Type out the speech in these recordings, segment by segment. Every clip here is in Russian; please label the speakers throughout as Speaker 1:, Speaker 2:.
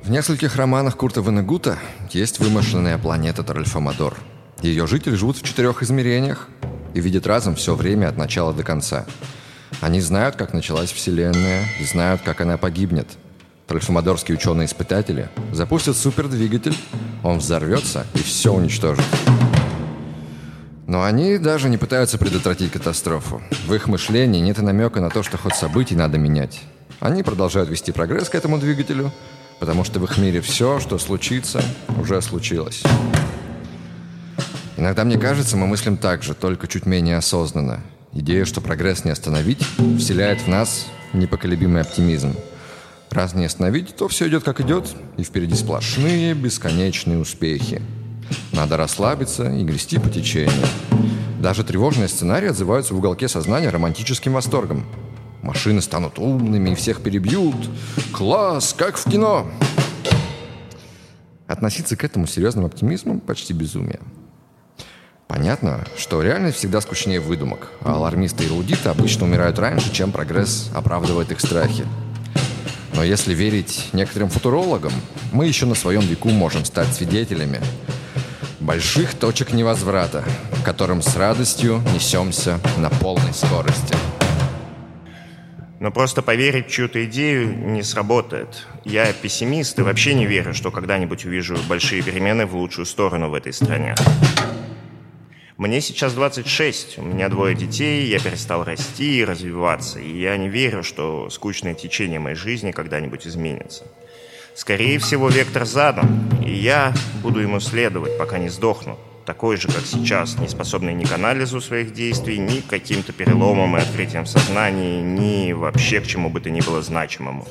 Speaker 1: В нескольких романах Курта Воннегута есть вымышленная планета Тральфамадор. Ее жители живут в 4 измерениях и видят разом все время от начала до конца. Они знают, как началась Вселенная, и знают, как она погибнет. Тральфамадорские ученые-испытатели запустят супердвигатель, он взорвется и все уничтожит. Но они даже не пытаются предотвратить катастрофу. В их мышлении нет и намека на то, что ход событий надо менять. Они продолжают вести прогресс к этому двигателю, потому что в их мире все, что случится, уже случилось. Иногда мне кажется, мы мыслим так же, только чуть менее осознанно. Идея, что прогресс не остановить, вселяет в нас непоколебимый оптимизм. Раз не остановить, то все идет как идет, и впереди сплошные бесконечные успехи. Надо расслабиться и грести по течению. Даже тревожные сценарии отзываются в уголке сознания романтическим восторгом. Машины станут умными и всех перебьют. Класс, как в кино! Относиться к этому серьезным оптимизмом почти безумие. Понятно, что реальность всегда скучнее выдумок, а алармисты и эрудиты обычно умирают раньше, чем прогресс оправдывает их страхи. Но если верить некоторым футурологам, мы еще на своем веку можем стать свидетелями больших точек невозврата, к которым с радостью несемся на полной скорости.
Speaker 2: Но просто поверить в чью-то идею не сработает. Я пессимист и вообще не верю, что когда-нибудь увижу большие перемены в лучшую сторону в этой стране. Мне сейчас 26, у меня 2 детей, я перестал расти и развиваться, и я не верю, что скучное течение моей жизни когда-нибудь изменится. Скорее всего, вектор задан, и я буду ему следовать, пока не сдохну. Такой же, как сейчас, не способный ни к анализу своих действий, ни к каким-то переломам и открытиям в сознании, ни вообще к чему бы то ни было значимому.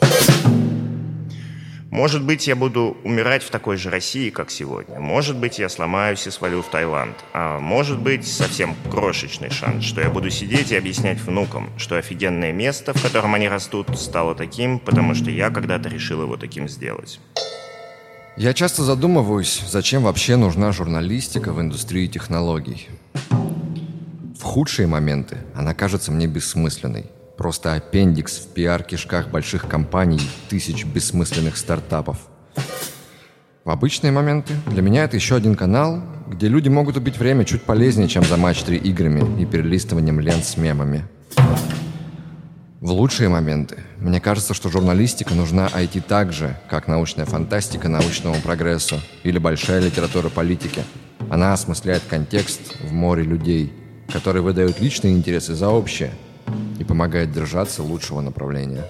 Speaker 2: Может быть, я буду умирать в такой же России, как сегодня. Может быть, я сломаюсь и свалю в Таиланд. А может быть, совсем крошечный шанс, что я буду сидеть и объяснять внукам, что офигенное место, в котором они растут, стало таким, потому что я когда-то решил его таким сделать.
Speaker 1: Я часто задумываюсь, зачем вообще нужна журналистика в индустрии технологий. В худшие моменты она кажется мне бессмысленной. Просто аппендикс в пиар-кишках больших компаний и тысяч бессмысленных стартапов. В обычные моменты для меня это еще один канал, где люди могут убить время чуть полезнее, чем за матч-3 играми и перелистыванием лент с мемами. В лучшие моменты мне кажется, что журналистика нужна IT так же, как научная фантастика научному прогрессу или большая литература политики. Она осмысляет контекст в море людей, которые выдают личные интересы за общее, и помогает держаться лучшего направления.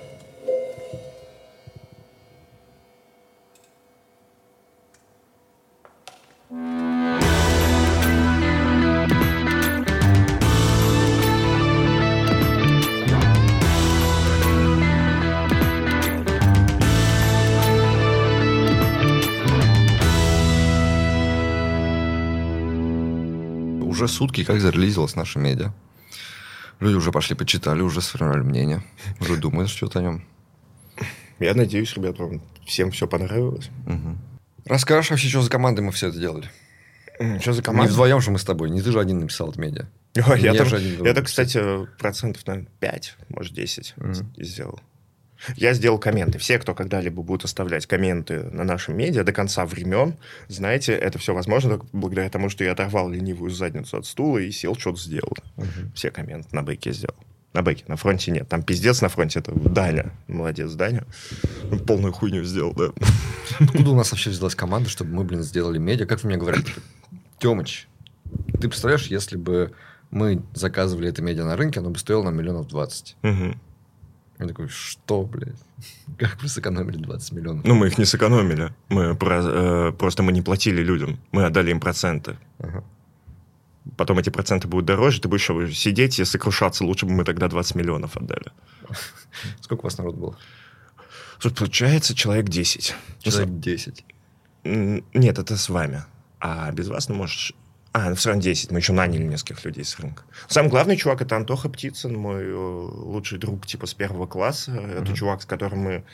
Speaker 1: Уже сутки как зарелизилась наша медиа. Люди уже пошли, почитали, уже сформировали мнение. Уже думают что-то о нем.
Speaker 2: Я надеюсь, ребят, вам всем все понравилось.
Speaker 1: Угу. Расскажешь вообще, что за командой мы все это делали?
Speaker 2: Что за команда?
Speaker 1: Не вдвоем же мы с тобой. Не ты же один написал это медиа.
Speaker 2: Я-то, кстати, процентов, наверное, 5, может, 10 сделал. Я сделал комменты. Все, кто когда-либо будут оставлять комменты на нашем медиа до конца времен, знаете, это все возможно только благодаря тому, что я оторвал ленивую задницу от стула и сел, что-то сделал. Все комменты на бэке сделал. На бэке, на фронте нет. Там пиздец на фронте, это Даня. Молодец, Даня. Полную хуйню сделал, да.
Speaker 1: Откуда у нас вообще взялась команда, чтобы мы, сделали медиа? Как вы мне говорите? Тёмыч, ты представляешь, если бы мы заказывали это медиа на рынке, оно бы стоило нам 20 миллионов. Я такой, что, блядь? Как вы сэкономили 20 миллионов?
Speaker 2: Ну, мы их не сэкономили. Просто мы не платили людям. Мы отдали им проценты.
Speaker 1: Ага.
Speaker 2: Потом эти проценты будут дороже, ты будешь сидеть и сокрушаться. Лучше бы мы тогда 20 миллионов отдали.
Speaker 1: Сколько у вас народ было?
Speaker 2: Тут получается человек 10.
Speaker 1: Человек 10?
Speaker 2: Нет, это с вами. А без вас, можешь... все равно 10. Мы еще наняли нескольких людей с рынка. Самый главный чувак — это Антоха Птицын, мой лучший друг типа с 1 класса. Это чувак, с которым мы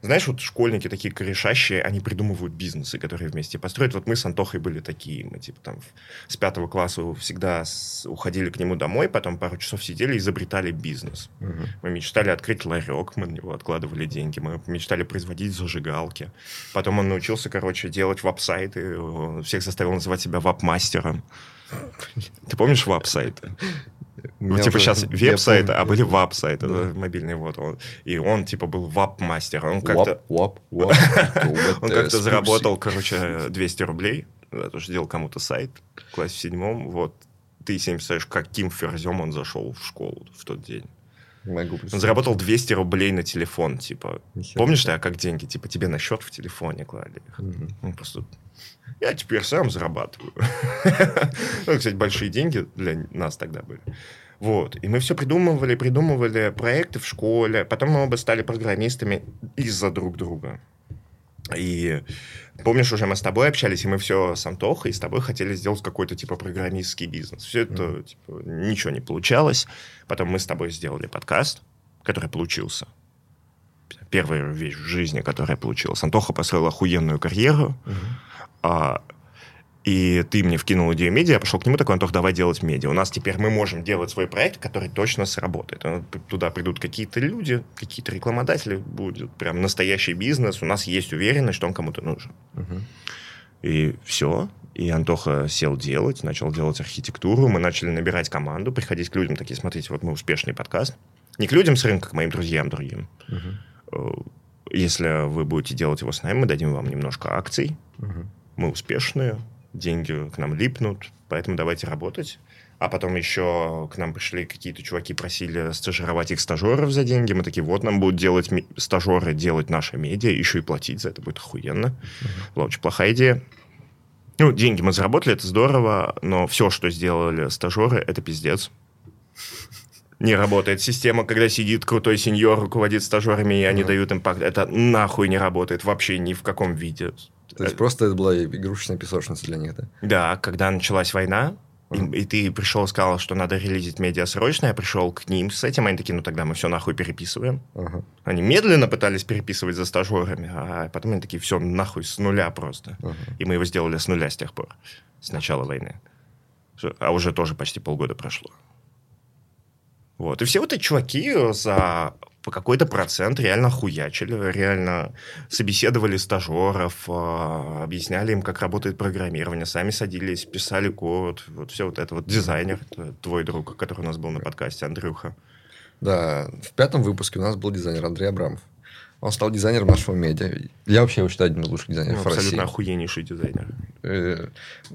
Speaker 2: Знаешь, вот школьники такие корешащие, они придумывают бизнесы, которые вместе построят. Вот мы с Антохой были такие. Мы типа там с 5 класса всегда уходили к нему домой, потом пару часов сидели и изобретали бизнес. Мы мечтали открыть ларек, мы на него откладывали деньги. Мы мечтали производить зажигалки. Потом он научился, делать веб-сайты. Всех заставил называть себя веб-мастером. Ты помнишь веб-сайты? Ну, типа сейчас веб-сайты, а были веб-сайты, мобильные, вот. И он, типа, был веб-мастер. Он как-то... Он как-то заработал, 200 рублей. Потому что делал кому-то сайт в классе в 7. Вот. Ты себе не представляешь, каким ферзем он зашел в школу в тот день. Он заработал 200 рублей на телефон, типа. Помнишь, как деньги? Типа, тебе на счет в телефоне клали их. Он просто... Я теперь сам зарабатываю. Ну, кстати, большие деньги для нас тогда были. Вот. И мы все придумывали проекты в школе. Потом мы оба стали программистами из-за друг друга. И помнишь, уже мы с тобой общались, и мы все с Антохой, и с тобой хотели сделать какой-то, типа, программистский бизнес. Все это, типа, ничего не получалось. Потом мы с тобой сделали подкаст, который получился. Первая вещь в жизни, которая получилась. Антоха построил охуенную карьеру. И ты мне вкинул идею медиа, я пошел к нему такой: Антох, давай делать медиа. У нас теперь мы можем делать свой проект, который точно сработает. Туда придут какие-то люди, какие-то рекламодатели, будет прям настоящий бизнес. У нас есть уверенность, что он кому-то нужен. И все. И Антоха сел делать, начал делать архитектуру. Мы начали набирать команду, приходить к людям, такие: смотрите, вот мы успешный подкаст. Не к людям с рынка, к моим друзьям другим. Если вы будете делать его с нами, мы дадим вам немножко акций. Мы успешные, деньги к нам липнут, поэтому давайте работать. А потом еще к нам пришли какие-то чуваки, просили стажировать их стажеров за деньги. Мы такие: вот нам будут делать стажеры, делать наше медиа, еще и платить за это будет охуенно. Была очень плохая идея. Ну, деньги мы заработали, это здорово, но все, что сделали стажеры, это пиздец. Не работает система, когда сидит крутой сеньор, руководит стажерами, и они дают им... Это нахуй не работает вообще ни в каком виде.
Speaker 1: То есть просто это была игрушечная песочница для них, да?
Speaker 2: Да, когда началась война, и ты пришел и сказал, что надо релизить медиа срочно, я пришел к ним с этим, они такие: ну тогда мы все нахуй переписываем. Они медленно пытались переписывать за стажерами, а потом они такие: все нахуй с нуля просто. И мы его сделали с нуля с тех пор, с начала войны. А уже тоже почти полгода прошло. Вот. И все вот эти чуваки по какой-то процент реально хуячили, реально собеседовали стажеров, объясняли им, как работает программирование, сами садились, писали код, вот все вот это вот. Дизайнер, твой друг, который у нас был на подкасте, Андрюха.
Speaker 1: Да, в 5 выпуске у нас был дизайнер Андрей Абрамов. Он стал дизайнером нашего медиа. Я вообще его считаю одним из лучших дизайнеров в России.
Speaker 2: Абсолютно охуеннейший дизайнер.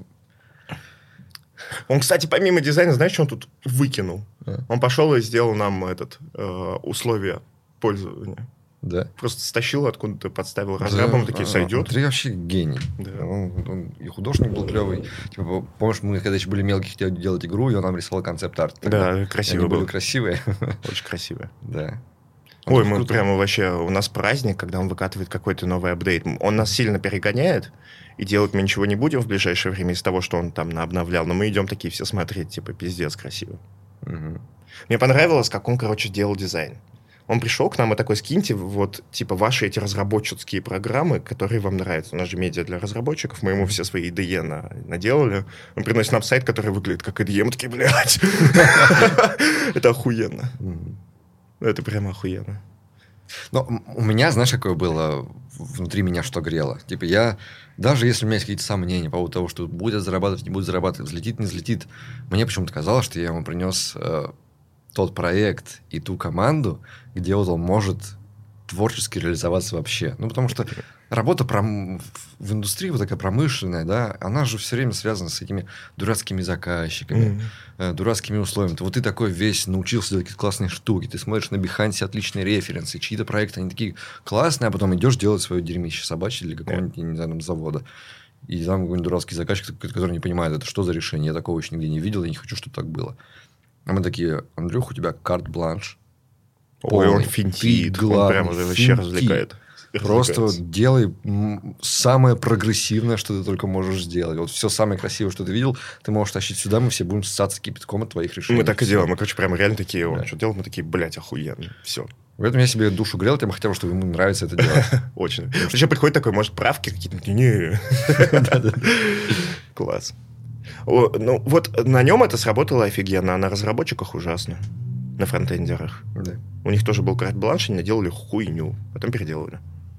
Speaker 2: Он, кстати, помимо дизайна, знаешь, что он тут выкинул? Он пошел и сделал нам условия пользования.
Speaker 1: Да.
Speaker 2: Просто стащил откуда-то, подставил разрабам, мы такие: сойдет.
Speaker 1: Андрей вообще гений. Да. Он и художник был клевый. Типа, помнишь, мы когда еще были мелкие, хотели делать игру, и он нам рисовал концепт-арт.
Speaker 2: Да, красиво было.
Speaker 1: Были красивые.
Speaker 2: Очень красивые.
Speaker 1: Да.
Speaker 2: Ой, мы прямо вообще... У нас праздник, когда он выкатывает какой-то новый апдейт. Он нас сильно перегоняет, и делать мы ничего не будем в ближайшее время из того, что он там наобновлял. Но мы идем такие все смотреть, типа, пиздец красиво. Мне понравилось, как он, делал дизайн. Он пришел к нам и такой: скиньте вот, типа, ваши эти разработческие программы, которые вам нравятся. У нас же медиа для разработчиков. Мы ему все свои IDE наделали. Он приносит нам сайт, который выглядит как IDE. Мы такие: блядь, это охуенно. Это прямо охуенно.
Speaker 1: Но у меня, знаешь, какое было внутри меня, что грело? Типа я, даже если у меня есть какие-то сомнения по поводу того, что будет зарабатывать, не будет зарабатывать, взлетит, не взлетит, мне почему-то казалось, что я ему принес тот проект и ту команду, где вот он может творчески реализоваться вообще. Ну, потому что работа в индустрии вот такая промышленная, да, она же все время связана с этими дурацкими заказчиками, дурацкими условиями. Вот ты такой весь научился делать какие-то классные штуки, ты смотришь на Behance отличные референсы, чьи-то проекты, они такие классные, а потом идешь делать свое дерьмище собачье для какого-нибудь, не знаю, там, завода. И там какой-нибудь дурацкий заказчик, который не понимает, это что за решение, я такого еще нигде не видел, я не хочу, чтобы так было. А мы такие: Андрюх, у тебя карт-бланш.
Speaker 2: Ой, он финтит, он прямо вообще развлекает.
Speaker 1: Просто вот делай самое прогрессивное, что ты только можешь сделать. Вот все самое красивое, что ты видел, ты можешь тащить сюда, мы все будем ссаться кипятком от твоих решений.
Speaker 2: Мы так и делаем. Мы, прямо реально такие: что делаем? Мы такие: блядь, охуенно. Все.
Speaker 1: В этом я себе душу грел, тем хотел, что ему нравится это делать.
Speaker 2: Очень. Причем приходит такой, может, правки какие-то? Не. Класс. Ну, вот на нем это сработало офигенно, а на разработчиках ужасно. На фронтендерах.
Speaker 1: Да.
Speaker 2: У них тоже был карт-бланш, они наделали хуйню. Потом переделали.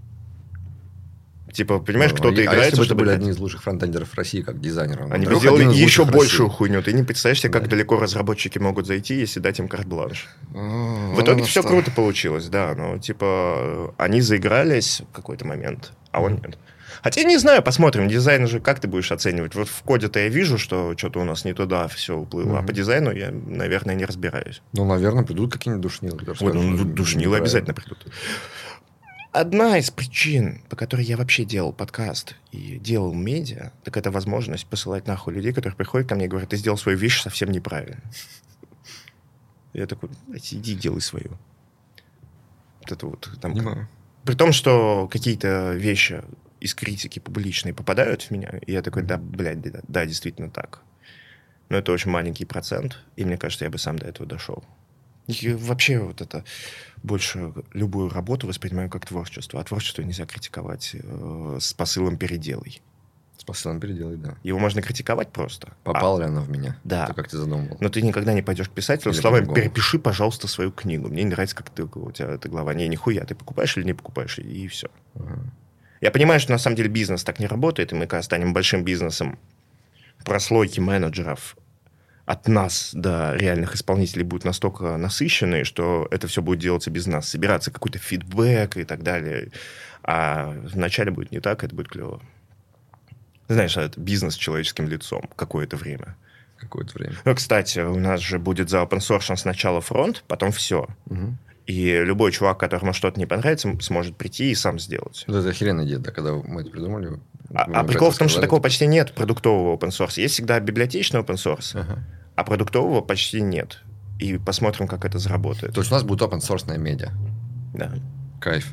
Speaker 2: Типа, понимаешь, кто-то играет,
Speaker 1: если бы это
Speaker 2: чтобы...
Speaker 1: были одни из лучших фронтендеров России, как дизайнеров.
Speaker 2: Они бы сделали еще большую хуйню. Ты не представляешь себе, как далеко разработчики могут зайти, если дать им карт-бланш. В итоге все круто получилось, да. Но, типа, они заигрались в какой-то момент, а он нет. Хотя, не знаю, посмотрим. Дизайн же как ты будешь оценивать? Вот в коде-то я вижу, что что-то у нас не туда все уплыло. А по дизайну я, наверное, не разбираюсь.
Speaker 1: Ну, наверное, придут какие-нибудь душнилы.
Speaker 2: Душнилы обязательно придут. Одна из причин, по которой я вообще делал подкаст и делал медиа, так это возможность посылать нахуй людей, которые приходят ко мне и говорят, ты сделал свою вещь совсем неправильно. Я такой, иди делай свою. Вот это вот там... При том, что какие-то вещи из критики публичной попадают в меня, и я такой, да, блядь, да, действительно так. Но это очень маленький процент, и мне кажется, я бы сам до этого дошел. И вообще вот это больше любую работу воспринимаю как творчество. А творчество нельзя критиковать с посылом «переделай».
Speaker 1: С посылом «переделай», да.
Speaker 2: Его можно критиковать просто.
Speaker 1: Попала ли она в меня?
Speaker 2: Да.
Speaker 1: Это как ты задумывал.
Speaker 2: Но ты никогда не пойдешь к писателю с словами «перепиши, пожалуйста, свою книгу». Мне не нравится, как у тебя эта глава. Не, нихуя. Ты покупаешь или не покупаешь, и все. Я понимаю, что на самом деле бизнес так не работает, и мы, когда станем большим бизнесом, прослойки менеджеров от нас до реальных исполнителей будут настолько насыщенные, что это все будет делаться без нас. Собираться какой-то фидбэк и так далее. А вначале будет не так, это будет клево. Знаешь, это бизнес с человеческим лицом какое-то время.
Speaker 1: Какое-то время.
Speaker 2: Ну, кстати, у нас же будет за open source сначала фронт, потом все. И любой чувак, которому что-то не понравится, сможет прийти и сам сделать.
Speaker 1: Вот это охеренная идея, да, когда мы это придумали.
Speaker 2: А прикол в том, что такого почти нет продуктового open source. Есть всегда библиотечный open source, а продуктового почти нет. И посмотрим, как это заработает.
Speaker 1: То есть у нас будет open source медиа.
Speaker 2: Да.
Speaker 1: Кайф.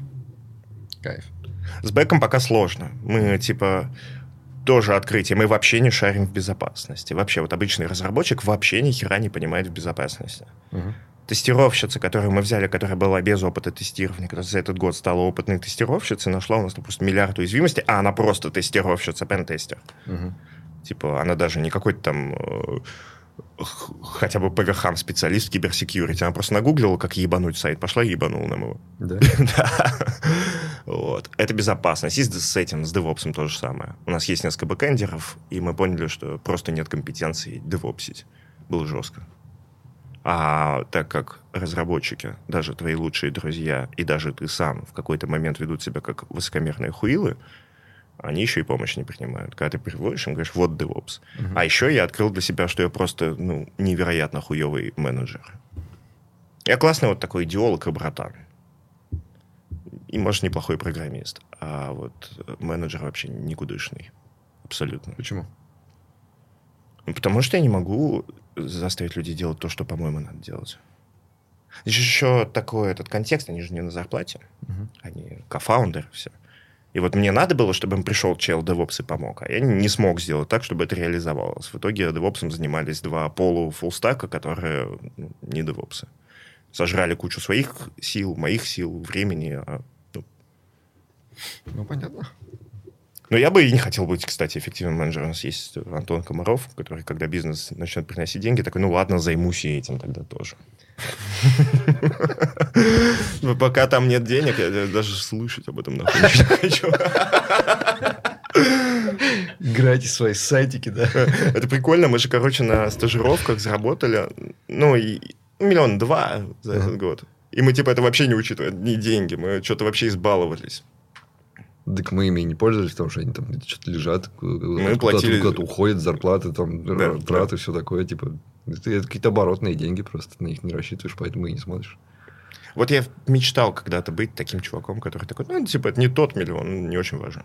Speaker 2: С бэком пока сложно. Мы, типа, тоже открытие. Мы вообще не шарим в безопасности. Вообще, вот обычный разработчик вообще ни хера не понимает в безопасности. Тестировщица, которую мы взяли, которая была без опыта тестирования, которая за этот год стала опытной тестировщицей, нашла у нас просто миллиард уязвимостей, а она просто тестировщица, пентестер. Типа, она даже не какой-то там хотя бы по верхам специалист в киберсекьюрити. Она просто нагуглила, как ебануть сайт, пошла и ебанула нам его.
Speaker 1: Да?
Speaker 2: Да. Вот. Это безопасность. И с этим, с DevOps то же самое. У нас есть несколько бэкэндеров, и мы поняли, что просто нет компетенции девопсить. Было жестко. А так как разработчики, даже твои лучшие друзья, и даже ты сам в какой-то момент ведут себя как высокомерные хуилы, они еще и помощь не принимают. Когда ты приводишь им, говоришь, вот DevOps. А еще я открыл для себя, что я просто невероятно хуевый менеджер. Я классный вот такой идеолог и братан. И, может, неплохой программист. А вот менеджер вообще никудышный. Абсолютно.
Speaker 1: Почему?
Speaker 2: Потому что я не могу заставить людей делать то, что, по-моему, надо делать. Здесь еще такой этот контекст, они же не на зарплате. Они кофаундеры все. И вот мне надо было, чтобы им пришел чел DevOps и помог. А я не смог сделать так, чтобы это реализовалось. В итоге DevOps занимались два полу-фуллстака, которые не DevOps. Сожрали кучу своих сил, моих сил, времени.
Speaker 1: Ну, понятно.
Speaker 2: Но я бы и не хотел быть, кстати, эффективным менеджером. У нас есть Антон Комаров, который, когда бизнес начнет приносить деньги, такой, ну ладно, займусь и этим тогда тоже. Но пока там нет денег, я даже слышать об этом нахуй не хочу.
Speaker 1: Играйте свои сайтики, да?
Speaker 2: Это прикольно. Мы же, короче, на стажировках заработали, и 1,2 миллиона за этот год. И мы, типа, это вообще не учитываем, не деньги. Мы что-то вообще избаловались.
Speaker 1: Так мы ими и не пользовались, потому что они там что-то лежат,
Speaker 2: мы платили...
Speaker 1: куда-то уходят, зарплаты, там, траты, все такое. Типа, это какие-то оборотные деньги просто, ты на них не рассчитываешь, поэтому и не смотришь.
Speaker 2: Вот я мечтал когда-то быть таким чуваком, который такой, типа, это не тот миллион, не очень важен.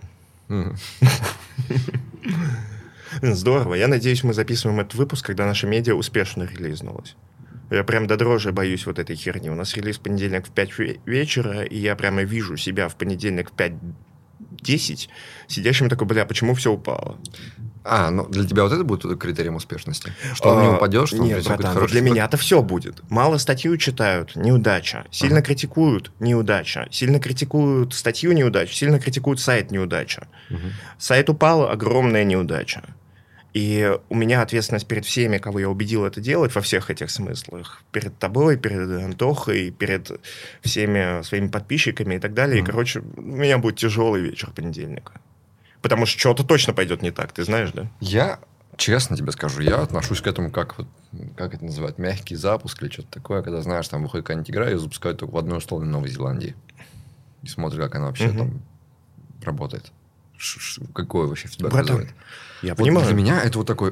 Speaker 2: Здорово. Я надеюсь, мы записываем этот выпуск, когда наша медиа успешно релизнулась. Я прям до дрожи боюсь вот этой херни. У нас релиз в понедельник в 5 вечера, и я прямо вижу себя в понедельник в 5:10 сидящим такой, почему все упало?
Speaker 1: Ну для тебя вот это будет критерием успешности? Что он не упадет, что он
Speaker 2: нет, братан, для меня-то все будет. Мало статью читают — неудача. Сильно критикуют — неудача. Сильно критикуют статью — неудача. Сильно критикуют сайт — неудача. Сайт упал — огромная неудача. И у меня ответственность перед всеми, кого я убедил это делать, во всех этих смыслах. Перед тобой, перед Антохой, перед всеми своими подписчиками и так далее. И, короче, у меня будет тяжелый вечер понедельника. Потому что что-то точно пойдет не так, ты знаешь, да?
Speaker 1: Я честно тебе скажу, я отношусь к этому как это называют, мягкий запуск или что-то такое, когда, знаешь, там выходит какая-нибудь игра, ее запускают только в одной условной Новой Зеландии. И смотрят, как она вообще там работает. Какое вообще в тебя вызывает.
Speaker 2: Я понимаю.
Speaker 1: Для меня это вот такой,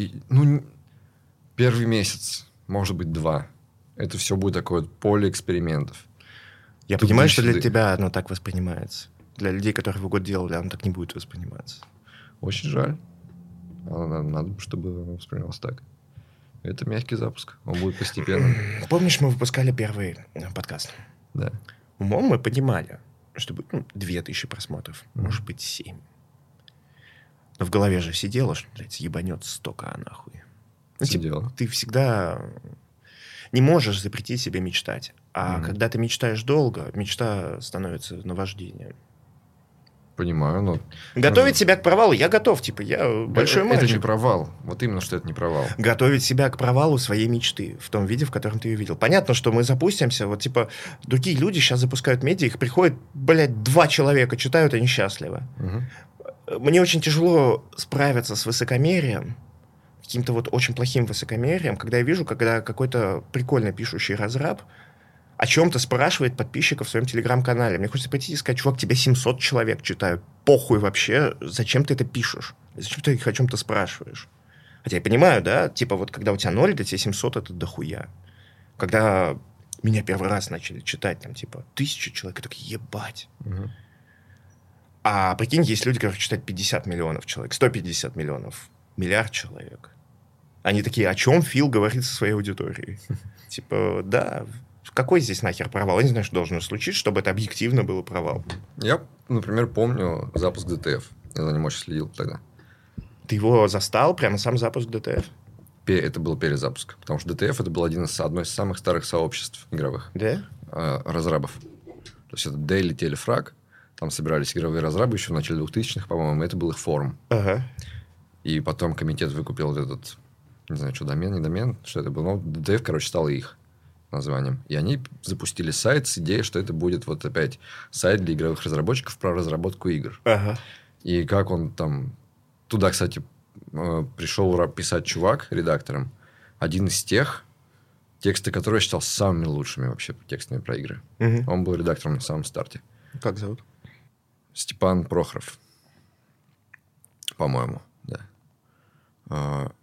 Speaker 1: первый месяц, может быть, 2. Это все будет такое вот поле экспериментов.
Speaker 2: Я понимаю, что для тебя оно так воспринимается. Для людей, которые в год делали, оно так не будет восприниматься.
Speaker 1: Очень жаль. Надо, чтобы оно воспринималось так. Это мягкий запуск. Он будет постепенно.
Speaker 2: Помнишь, мы выпускали первый подкаст?
Speaker 1: Да.
Speaker 2: Умом мы понимали, что будет 2000 просмотров, может быть, 7. Но в голове же сидело, что, блядь, ебанет столько, нахуй.
Speaker 1: Сидело.
Speaker 2: Ты всегда не можешь запретить себе мечтать. А когда ты мечтаешь долго, мечта становится наваждением.
Speaker 1: Понимаю, но...
Speaker 2: Готовить себя к провалу я готов. Я большой мальчик.
Speaker 1: Это не провал. Вот именно, что это не провал.
Speaker 2: Готовить себя к провалу своей мечты в том виде, в котором ты ее видел. Понятно, что мы запустимся. Другие люди сейчас запускают медиа, их приходит, 2 человека читают, они счастливы. Мне очень тяжело справиться с высокомерием, каким-то очень плохим высокомерием, когда я вижу, когда какой-то прикольно пишущий разраб о чем-то спрашивает подписчиков в своем телеграм-канале. Мне хочется пойти и сказать: чувак, тебя 700 человек читают. Похуй вообще, зачем ты это пишешь? Зачем ты их о чем-то спрашиваешь? Хотя я понимаю, да, когда у тебя 0, до тебя 700 это дохуя. Когда меня первый раз начали читать, 1000 человек, я такой, ебать. А прикинь, есть люди, которые читают 50 миллионов человек, 150 миллионов, миллиард человек. Они такие: о чем Фил говорит со своей аудиторией? Да... Какой здесь нахер провал? Я не знаю, что должно случиться, чтобы это объективно было провал.
Speaker 1: Я, например, помню запуск DTF. Я за ним очень следил тогда.
Speaker 2: Ты его застал? Прямо сам запуск DTF?
Speaker 1: Это был перезапуск. Потому что DTF это был одно из самых старых сообществ игровых.
Speaker 2: Да?
Speaker 1: Разрабов. То есть это Daily Телефраг. Там собирались игровые разрабы еще в начале 2000-х, по-моему. Это был их форум.
Speaker 2: Ага.
Speaker 1: И потом комитет выкупил этот... Не знаю, что, домен, не домен. Что это было. Но DTF, стал их названием. И они запустили сайт с идеей, что это будет опять сайт для игровых разработчиков про разработку игр.
Speaker 2: Ага.
Speaker 1: И как он там... Туда, кстати, пришел писать чувак, редактором. Один из тех, тексты которого я считал самыми лучшими вообще текстами про игры. Он был редактором на самом старте.
Speaker 2: Как зовут?
Speaker 1: Степан Прохоров. По-моему, да.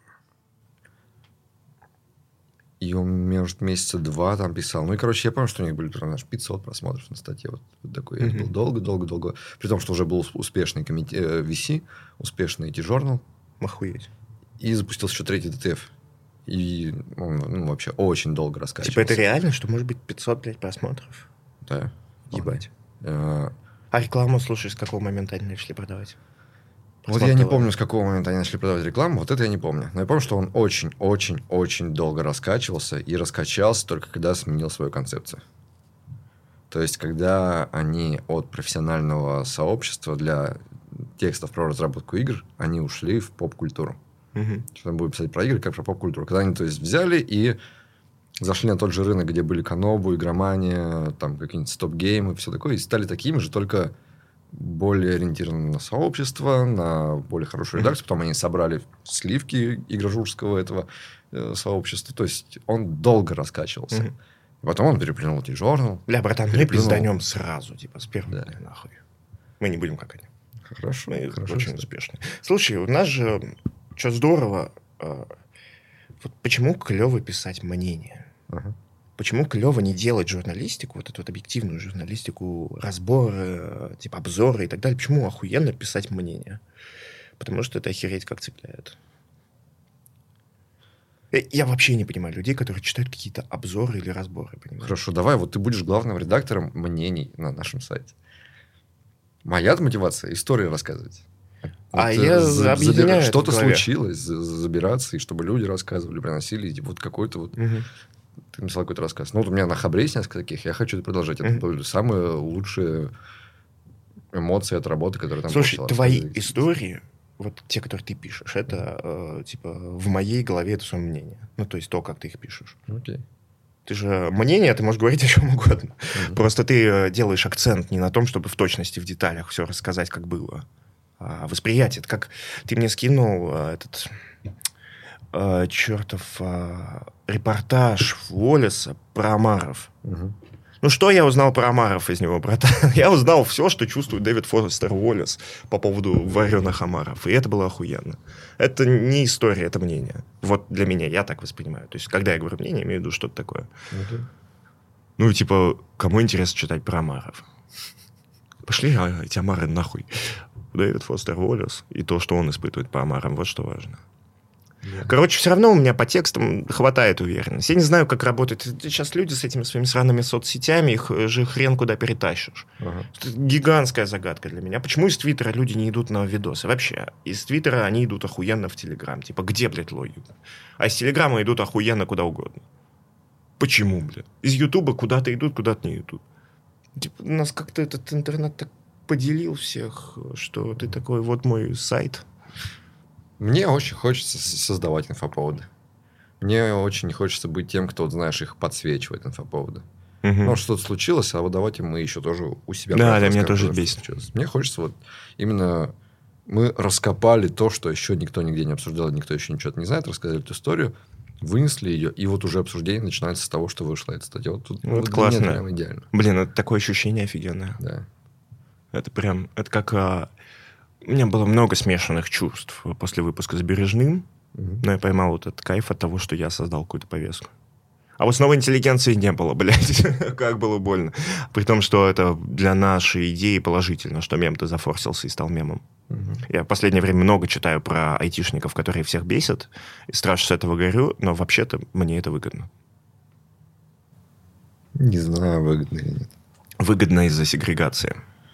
Speaker 1: И он, может, месяца 2 там писал. Я помню, что у них были 500 просмотров на статье. Вот такой. Это был долго-долго-долго. При том, что уже был успешный VC, успешный T-Journal.
Speaker 2: Охуеть.
Speaker 1: И запустился еще 3-й DTF. И он вообще очень долго раскачивался.
Speaker 2: Это реально, что может быть 500, просмотров?
Speaker 1: Да.
Speaker 2: Ебать. А рекламу, слушай, с какого момента они начали продавать?
Speaker 1: Я не помню, с какого момента они начали продавать рекламу. Вот это я не помню. Но я помню, что он очень-очень-очень долго раскачивался. И раскачался только когда сменил свою концепцию. То есть, когда они от профессионального сообщества для текстов про разработку игр, они ушли в поп-культуру. Что мы будем писать про игры, как про поп-культуру. Когда они, взяли и зашли на тот же рынок, где были Канобу, Игромания, там какие-нибудь стоп-геймы, все такое, и стали такими же, только более ориентированы на сообщество, на более хорошую редакцию. Потом они собрали сливки игрожурского этого сообщества. То есть, он долго раскачивался. Потом он переплюнул T-Journal.
Speaker 2: Братан, мы пизданем сразу, с первого дня нахуй. Мы не будем как они.
Speaker 1: Хорошо.
Speaker 2: Мы очень успешны. Слушай, у нас же, что здорово, почему клево писать мнение? Почему клево не делать журналистику, эту объективную журналистику, разборы, обзоры и так далее? Почему охуенно писать мнение? Потому что это охереть как цепляет. Я вообще не понимаю людей, которые читают какие-то обзоры или разборы. Понимаешь?
Speaker 1: Хорошо, давай, ты будешь главным редактором мнений на нашем сайте. Моя мотивация — истории рассказывать.
Speaker 2: А я объединяю
Speaker 1: что-то случилось, забираться, и чтобы люди рассказывали, приносили, и вот какой-то вот... Ты написал какой-то рассказ. Ну, вот у меня на Хабре есть несколько таких, я хочу это продолжать. Это были самые лучшие эмоции от работы, которые там
Speaker 2: получал. Слушай, твои истории, вот те, которые ты пишешь, это, типа, в моей голове это свое мнение. Ну, то есть, то, как ты их пишешь.
Speaker 1: Окей.
Speaker 2: Ты же мнение, ты можешь говорить о чем угодно. Просто ты делаешь акцент не на том, чтобы в точности, в деталях все рассказать, как было. А восприятие. Это как ты мне скинул этот чертов репортаж Уоллеса про омаров. Ну, что я узнал про омаров из него, братан? Я узнал все, что чувствует Дэвид Фостер Уоллес по поводу вареных омаров. И это было охуенно. Это не история, это мнение. Вот для меня, я так воспринимаю. То есть, когда я говорю мнение, имею в виду что-то такое. Ну, типа, кому интересно читать про омаров? Пошли эти омары нахуй. Дэвид Фостер Уоллес и то, что он испытывает по омарам, вот что важно. Короче, все равно у меня по текстам хватает уверенности. Я не знаю, как работает. Сейчас люди с этими своими сраными соцсетями, их же хрен куда перетащишь. Это гигантская загадка для меня. Почему из Твиттера люди не идут на видосы? Вообще, из Твиттера они идут охуенно в Телеграм. Типа, где, блядь, логика? А из Телеграма идут охуенно куда угодно. Почему, блядь? Из Ютуба куда-то идут, куда-то не идут. Типа, у нас как-то этот интернет так поделил всех, что ты такой, вот мой сайт.
Speaker 1: Мне очень хочется создавать инфоповоды. Мне очень не хочется быть тем, кто, вот, знаешь, их подсвечивает, инфоповоды. Ну, что-то случилось, а вот давайте мы еще тоже у себя...
Speaker 2: Да, для меня тоже бесит.
Speaker 1: Мне хочется вот именно... Мы раскопали то, что еще никто нигде не обсуждал, никто еще ничего не знает, рассказали эту историю, вынесли ее, и вот уже обсуждение начинается с того, что вышла эта статья. Вот тут
Speaker 2: вот классно.
Speaker 1: Прям идеально.
Speaker 2: Блин, это такое ощущение офигенное.
Speaker 1: Да.
Speaker 2: Это прям... Это как... У меня было много смешанных чувств после выпуска с Бережным, но я поймал вот этот кайф от того, что я создал какую-то повестку. А вот снова интеллигенции не было, блядь. Как было больно. При том, что это для нашей идеи положительно, что мем-то зафорсился и стал мемом. Я в последнее время много читаю про айтишников, которые всех бесят, и страшно с этого горю, но вообще-то мне это выгодно.
Speaker 1: Не знаю, выгодно или нет.
Speaker 2: Выгодно из-за сегрегации.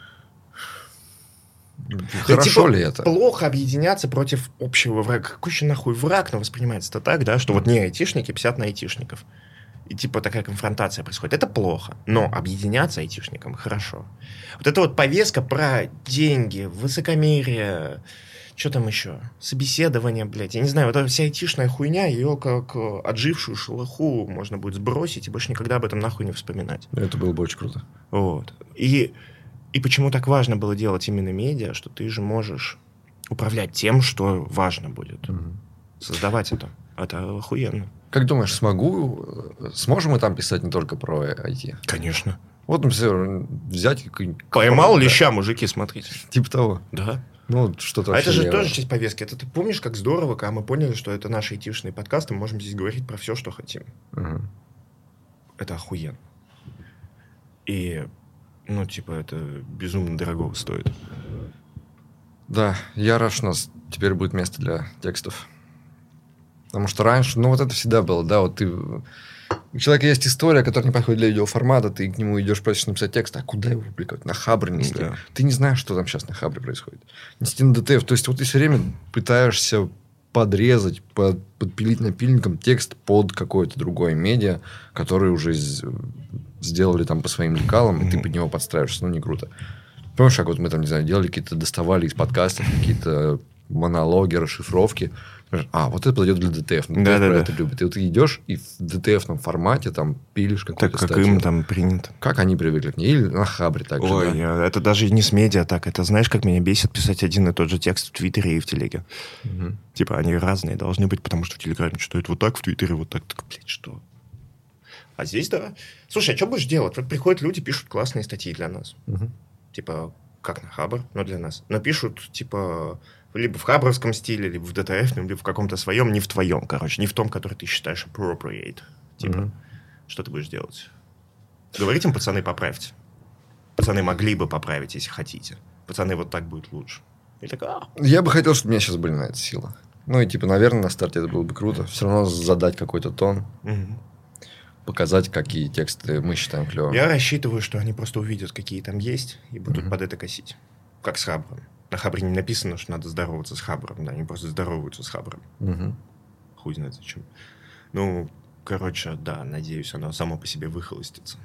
Speaker 1: Хорошо
Speaker 2: типа,
Speaker 1: ли это?
Speaker 2: Плохо объединяться против общего врага. Какой еще нахуй враг, но воспринимается это так, да, что вот не айтишники, 50 на айтишников. И типа такая конфронтация происходит. Это плохо. Но объединяться айтишникам хорошо. Вот эта вот повестка про деньги, высокомерие, что там еще? Собеседование, блядь. Я не знаю, вот эта вся айтишная хуйня, ее как отжившую шелуху можно будет сбросить и больше никогда об этом нахуй не вспоминать.
Speaker 1: Это было бы очень круто.
Speaker 2: Вот. И почему так важно было делать именно медиа, что ты же можешь управлять тем, что важно будет. Создавать это. Это охуенно.
Speaker 1: Как думаешь, сможем мы там писать не только про IT?
Speaker 2: Конечно.
Speaker 1: Вот, например, взять какой-нибудь...
Speaker 2: Поймал леща, мужики, смотрите.
Speaker 1: Типа того.
Speaker 2: Да.
Speaker 1: Ну, что-то
Speaker 2: это же тоже часть повестки. Это ты помнишь, как здорово, когда мы поняли, что это наш айтишный подкаст, и мы можем здесь говорить про все, что хотим. Это охуенно. И, ну, типа, это безумно дорого стоит.
Speaker 1: Да, я рад, что у нас теперь будет место для текстов. Потому что раньше, ну, вот это всегда было, да, вот ты... У человека есть история, которая не подходит для видеоформата, ты к нему идешь, просишь написать текст, а куда его публиковать? На Хабре нести. Да. Ты не знаешь, что там сейчас на Хабре происходит. Нести на ДТФ. То есть, вот ты все время пытаешься подрезать, подпилить напильником текст под какое-то другое медиа, которое уже сделали там по своим лекалам, и ты под него подстраиваешься. Ну, не круто. Помнишь, как вот мы там, не знаю, делали какие-то, доставали из подкастов какие-то монологи, расшифровки. А, вот это подойдет для ДТФ. ДТФ про это любит. И вот ты идешь и в ДТФном формате там пилишь какую-то
Speaker 2: статью. Так, как им там принято.
Speaker 1: Как они привыкли к ней. Или на Хабре так же.
Speaker 2: Ой, да? Это даже не с медиа так. Это знаешь, как меня бесит писать один и тот же текст в Твиттере и в Телеге. Типа они разные должны быть, потому что в Телеграме читают вот так, в Твиттере вот так. Так, блядь, что? А здесь, да. Слушай, а что будешь делать? Вот приходят люди, пишут классные статьи для нас. Типа, как на Хабр, но для нас. Но пишут, типа... Либо в хабровском стиле, либо в ДТФ, либо в каком-то своем, не в твоем, короче, не в том, который ты считаешь appropriate. Типа, что ты будешь делать? Говорите им, пацаны, поправьте. Пацаны могли бы поправить, если хотите. Пацаны, вот так будет лучше. И так,
Speaker 1: Я бы хотел, чтобы у меня сейчас были на это силы. Ну, и типа, наверное, на старте это было бы круто. Все равно задать какой-то тон. Показать, какие тексты мы считаем клевыми.
Speaker 2: Я рассчитываю, что они просто увидят, какие там есть, и будут под это косить. Как с Хабром. На Хабре не написано, что надо здороваться с Хабром. Да, они просто здороваются с Хабром. Хуй знает зачем. Ну, короче, да, надеюсь, оно само по себе выхолостится.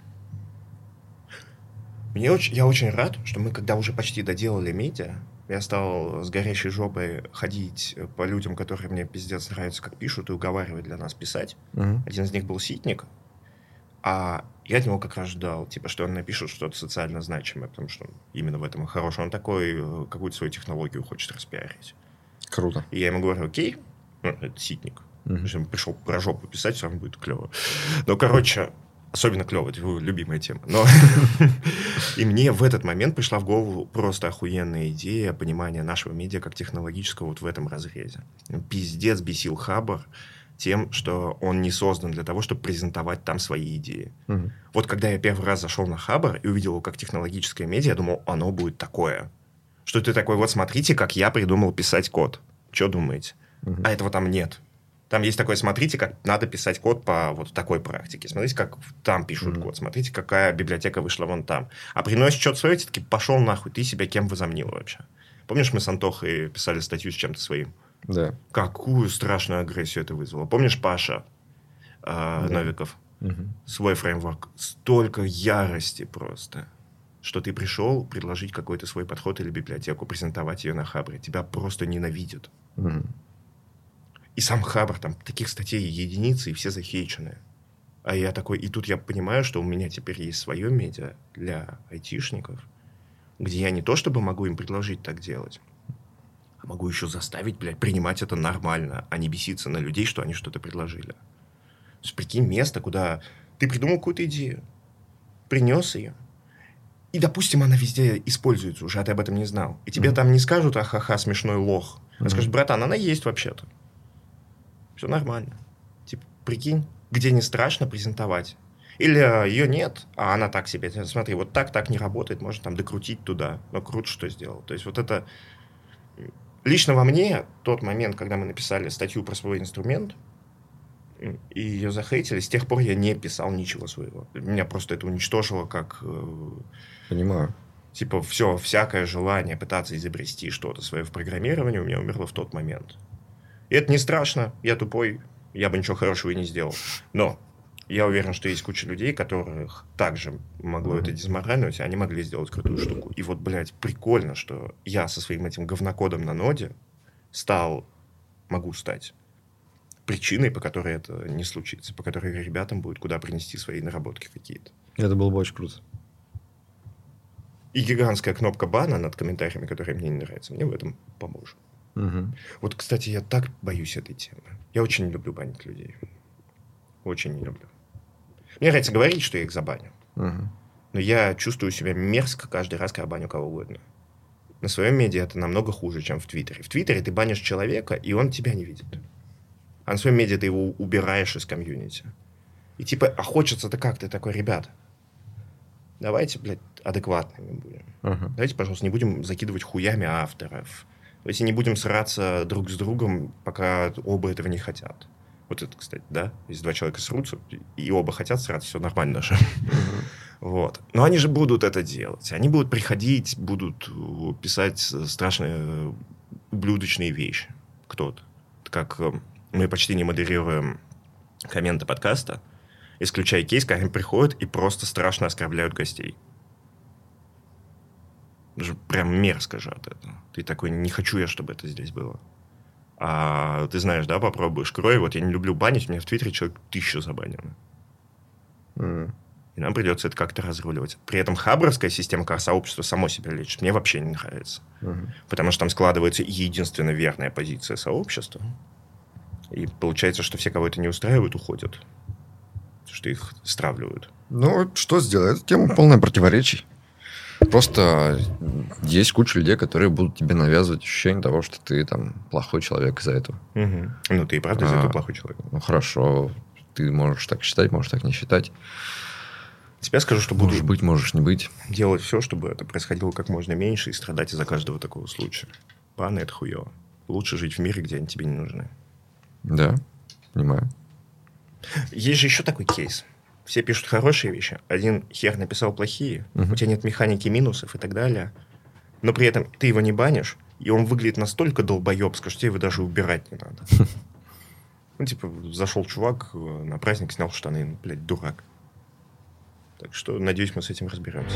Speaker 2: Я очень рад, что мы, когда уже почти доделали медиа, я стал с горящей жопой ходить по людям, которые мне пиздец нравятся, как пишут, и уговаривать для нас писать. Один из них был Ситник, а я от него как раз ждал, типа, что он напишет что-то социально значимое, потому что он именно в этом и хорош. Он такой, какую-то свою технологию хочет распиарить.
Speaker 1: Круто.
Speaker 2: И я ему говорю, окей, это Ситник. Если он пришел про жопу писать, все равно будет клево. Но, короче, особенно клево, это его любимая тема. Но и мне в этот момент пришла в голову просто охуенная идея понимания нашего медиа как технологического вот в этом разрезе. Пиздец бесил Хабр тем, что он не создан для того, чтобы презентовать там свои идеи. Вот когда я первый раз зашел на Хабр и увидел его как технологическое медиа, я думал, оно будет такое. Что ты такой, вот смотрите, как я придумал писать код. Что думаете? А этого там нет. Там есть такое, смотрите, как надо писать код по вот такой практике. Смотрите, как там пишут код. Смотрите, какая библиотека вышла вон там. А приносит что-то свое, ты таки пошел нахуй, ты себя кем возомнил вообще? Помнишь, мы с Антохой писали статью с чем-то своим?
Speaker 1: Да.
Speaker 2: Какую страшную агрессию это вызвало. Помнишь Паша Новиков? Свой фреймворк. Столько ярости просто, что ты пришел предложить какой-то свой подход или библиотеку, презентовать ее на Хабре. Тебя просто ненавидят. И сам Хабр, там таких статей единицы, и все захейченные. А я такой... И тут я понимаю, что у меня теперь есть свое медиа для айтишников, где я не то чтобы могу им предложить так делать, а могу еще заставить, блядь, принимать это нормально, а не беситься на людей, что они что-то предложили. То есть, прикинь, место, куда ты придумал какую-то идею, принес ее, и, допустим, она везде используется уже, а ты об этом не знал. И тебе там не скажут, ахаха, смешной лох. А скажут, братан, она есть вообще-то. Все нормально. Типа, прикинь, где не страшно презентовать. Или ее нет, а она так себе. Смотри, вот так не работает, можно там докрутить туда. Но круто, что сделал. То есть, вот это... Лично во мне тот момент, когда мы написали статью про свой инструмент, и ее захейтили, с тех пор я не писал ничего своего. Меня просто это уничтожило как...
Speaker 1: Понимаю.
Speaker 2: Типа, все, всякое желание пытаться изобрести что-то свое в программировании у меня умерло в тот момент. И это не страшно, я тупой, я бы ничего хорошего и не сделал. Но я уверен, что есть куча людей, которых также могло это дезморалировать, и они могли сделать крутую штуку. И вот, блядь, прикольно, что я со своим этим говнокодом на ноде могу стать причиной, по которой это не случится, по которой ребятам будет куда принести свои наработки какие-то.
Speaker 1: Это было бы очень круто.
Speaker 2: И гигантская кнопка бана над комментариями, которые мне не нравятся, мне в этом поможет. Вот, кстати, я так боюсь этой темы. Я очень не люблю банить людей. Очень не люблю. Мне нравится говорить, что я их забаню. Но я чувствую себя мерзко каждый раз, когда баню кого угодно. На своем медиа это намного хуже, чем в Твиттере. В Твиттере ты банишь человека, и он тебя не видит. А на своем медиа ты его убираешь из комьюнити. И типа, а хочется-то как? Ты такой, ребят, давайте, блядь, адекватными будем. Давайте, пожалуйста, не будем закидывать хуями авторов. Давайте не будем сраться друг с другом, пока оба этого не хотят. Вот это, кстати, да? Если два человека срутся, и оба хотят сраться, все нормально же. Вот. Но они же будут это делать. Они будут приходить, будут писать страшные ублюдочные вещи. Кто-то. Как мы почти не модерируем комменты подкаста, исключая кейс, когда они приходят и просто страшно оскорбляют гостей. Даже прям мерзко же от этого. Ты такой, не хочу я, чтобы это здесь было. А ты знаешь, да, попробуешь крой. Вот я не люблю банить, у меня в Твиттере человек 1000 забанено. И нам придется это как-то разруливать. При этом хабровская система, как сообщество само себя лечит, мне вообще не нравится. Потому что там складывается единственно верная позиция сообщества. И получается, что все, кого это не устраивает, уходят. Что их стравливают.
Speaker 1: Ну, что сделать? Это тема полная противоречий. Просто есть куча людей, которые будут тебе навязывать ощущение того, что ты там плохой человек из-за этого.
Speaker 2: Ну, ты и правда из-за этого плохой человек.
Speaker 1: Ну, хорошо. Ты можешь так считать, можешь так не считать.
Speaker 2: Тебе скажу, что буду...
Speaker 1: Можешь быть, можешь не быть.
Speaker 2: Делать все, чтобы это происходило как можно меньше и страдать из-за каждого такого случая. Баны – это хуево. Лучше жить в мире, где они тебе не нужны.
Speaker 1: Да, понимаю.
Speaker 2: Есть же еще такой кейс. Все пишут хорошие вещи. Один хер написал плохие. У тебя нет механики минусов и так далее. но при этом ты его не банишь, и он выглядит настолько долбоебско, что тебе его даже убирать не надо. Ну, типа, зашел чувак на праздник, снял штаны, ну, блядь, дурак. Так что, надеюсь, мы с этим разберемся.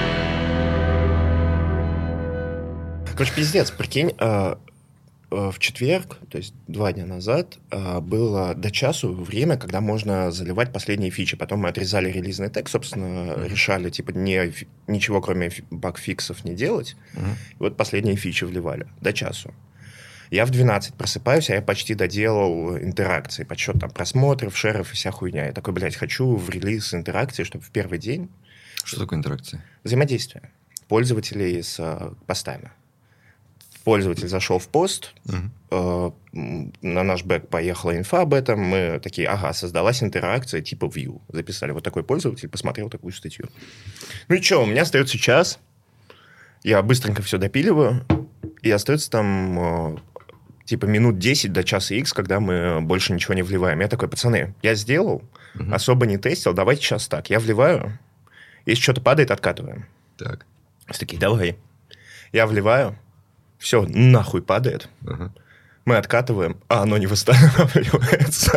Speaker 2: Короче, пиздец, прикинь, в четверг, то есть 2 дня назад, было до часу время, когда можно заливать последние фичи. Потом мы отрезали релизный тег, собственно, решали, типа, ничего, кроме баг-фиксов, не делать. И вот последние фичи вливали до часу. Я в 12 просыпаюсь, а я почти доделал интеракции, подсчет там просмотров, шеров и вся хуйня. Я такой, блядь, хочу в релиз интеракции, чтобы в первый день...
Speaker 1: Что такое интеракция?
Speaker 2: Взаимодействие пользователей с постами. Пользователь зашел в пост, на наш бэк поехала инфа об этом, мы такие, ага, создалась интеракция типа view. Записали вот такой пользователь, посмотрел такую статью. Ну и что, у меня остается час, я быстренько все допиливаю, и остается там типа минут 10 до часа X, когда мы больше ничего не вливаем. Я такой, пацаны, я сделал, особо не тестил, давайте сейчас так. Я вливаю, если что-то падает, откатываем.
Speaker 1: Так.
Speaker 2: Все такие, давай. Я вливаю, все нахуй падает. Мы откатываем, а оно не восстанавливается.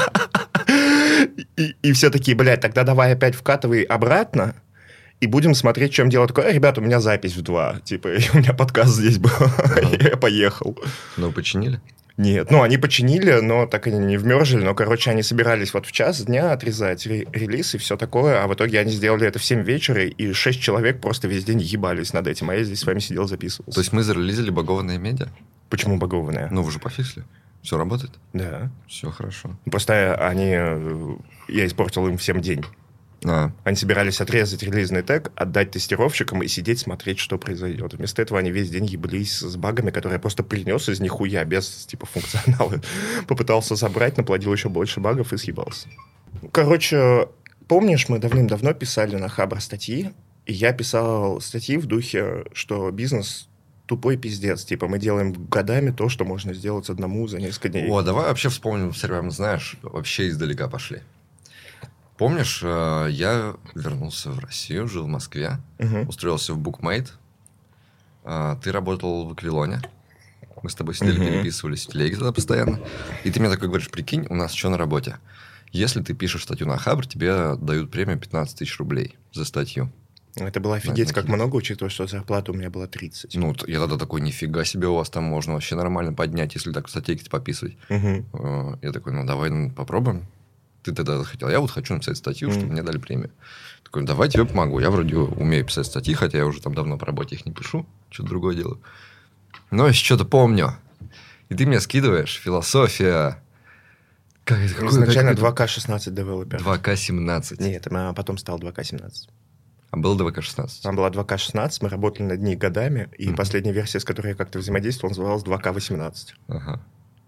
Speaker 2: И все такие, блядь, тогда давай опять вкатывай обратно, и будем смотреть, в чем дело. Такое, ребята, у меня запись в 2. Типа, у меня подкаст здесь был. Я поехал.
Speaker 1: Но починили?
Speaker 2: Нет, ну, они починили, но так они не вмержили. Но, короче, они собирались вот в час дня отрезать релиз и все такое. А в итоге они сделали это в 7 вечера, и 6 человек просто весь день ебались над этим. А я здесь с вами сидел, записывался.
Speaker 1: То есть мы зарелизили багованное медиа?
Speaker 2: Почему багованное?
Speaker 1: Ну, вы же пофиксили. Все работает?
Speaker 2: Да.
Speaker 1: Все хорошо.
Speaker 2: Просто я испортил им всем день. Они собирались отрезать релизный тег, отдать тестировщикам и сидеть, смотреть, что произойдет. Вместо этого они весь день еблись с багами, которые я просто принес из нихуя, без типа функционала. Попытался забрать, наплодил еще больше багов и съебался. Короче, помнишь, мы давным-давно писали на Хабр статьи, и я писал статьи в духе, что бизнес тупой пиздец. Типа, мы делаем годами то, что можно сделать одному за несколько дней.
Speaker 1: О, давай вообще вспомним, знаешь, вообще издалека пошли. Помнишь, я вернулся в Россию, жил в Москве, устроился в Bookmate. Ты работал в Аквилоне. Мы с тобой сидели, переписывались в телеге тогда постоянно. И ты мне такой говоришь, прикинь, у нас что на работе? Если ты пишешь статью на Хабр, тебе дают премию 15 тысяч рублей за статью.
Speaker 2: Это было офигеть как много, учитывая, что зарплата у меня была 30.
Speaker 1: Ну, я тогда такой, нифига себе, у вас там можно вообще нормально поднять, если так статейки пописывать. Я такой, ну, давай попробуем. Ты тогда хотел, я вот хочу написать статью, чтобы мне дали премию. Такой, давай тебе помогу. Я вроде умею писать статьи, хотя я уже там давно по работе их не пишу, что-то другое делаю. Но еще что-то помню. И ты мне скидываешь философия.
Speaker 2: Изначально 2К16 девелопер.
Speaker 1: 2К17.
Speaker 2: Нет, а потом стал 2К17.
Speaker 1: А был 2К16?
Speaker 2: Там была 2К16, мы работали над ней годами, и последняя версия, с которой я как-то взаимодействовал, называлась 2К18.
Speaker 1: Ага.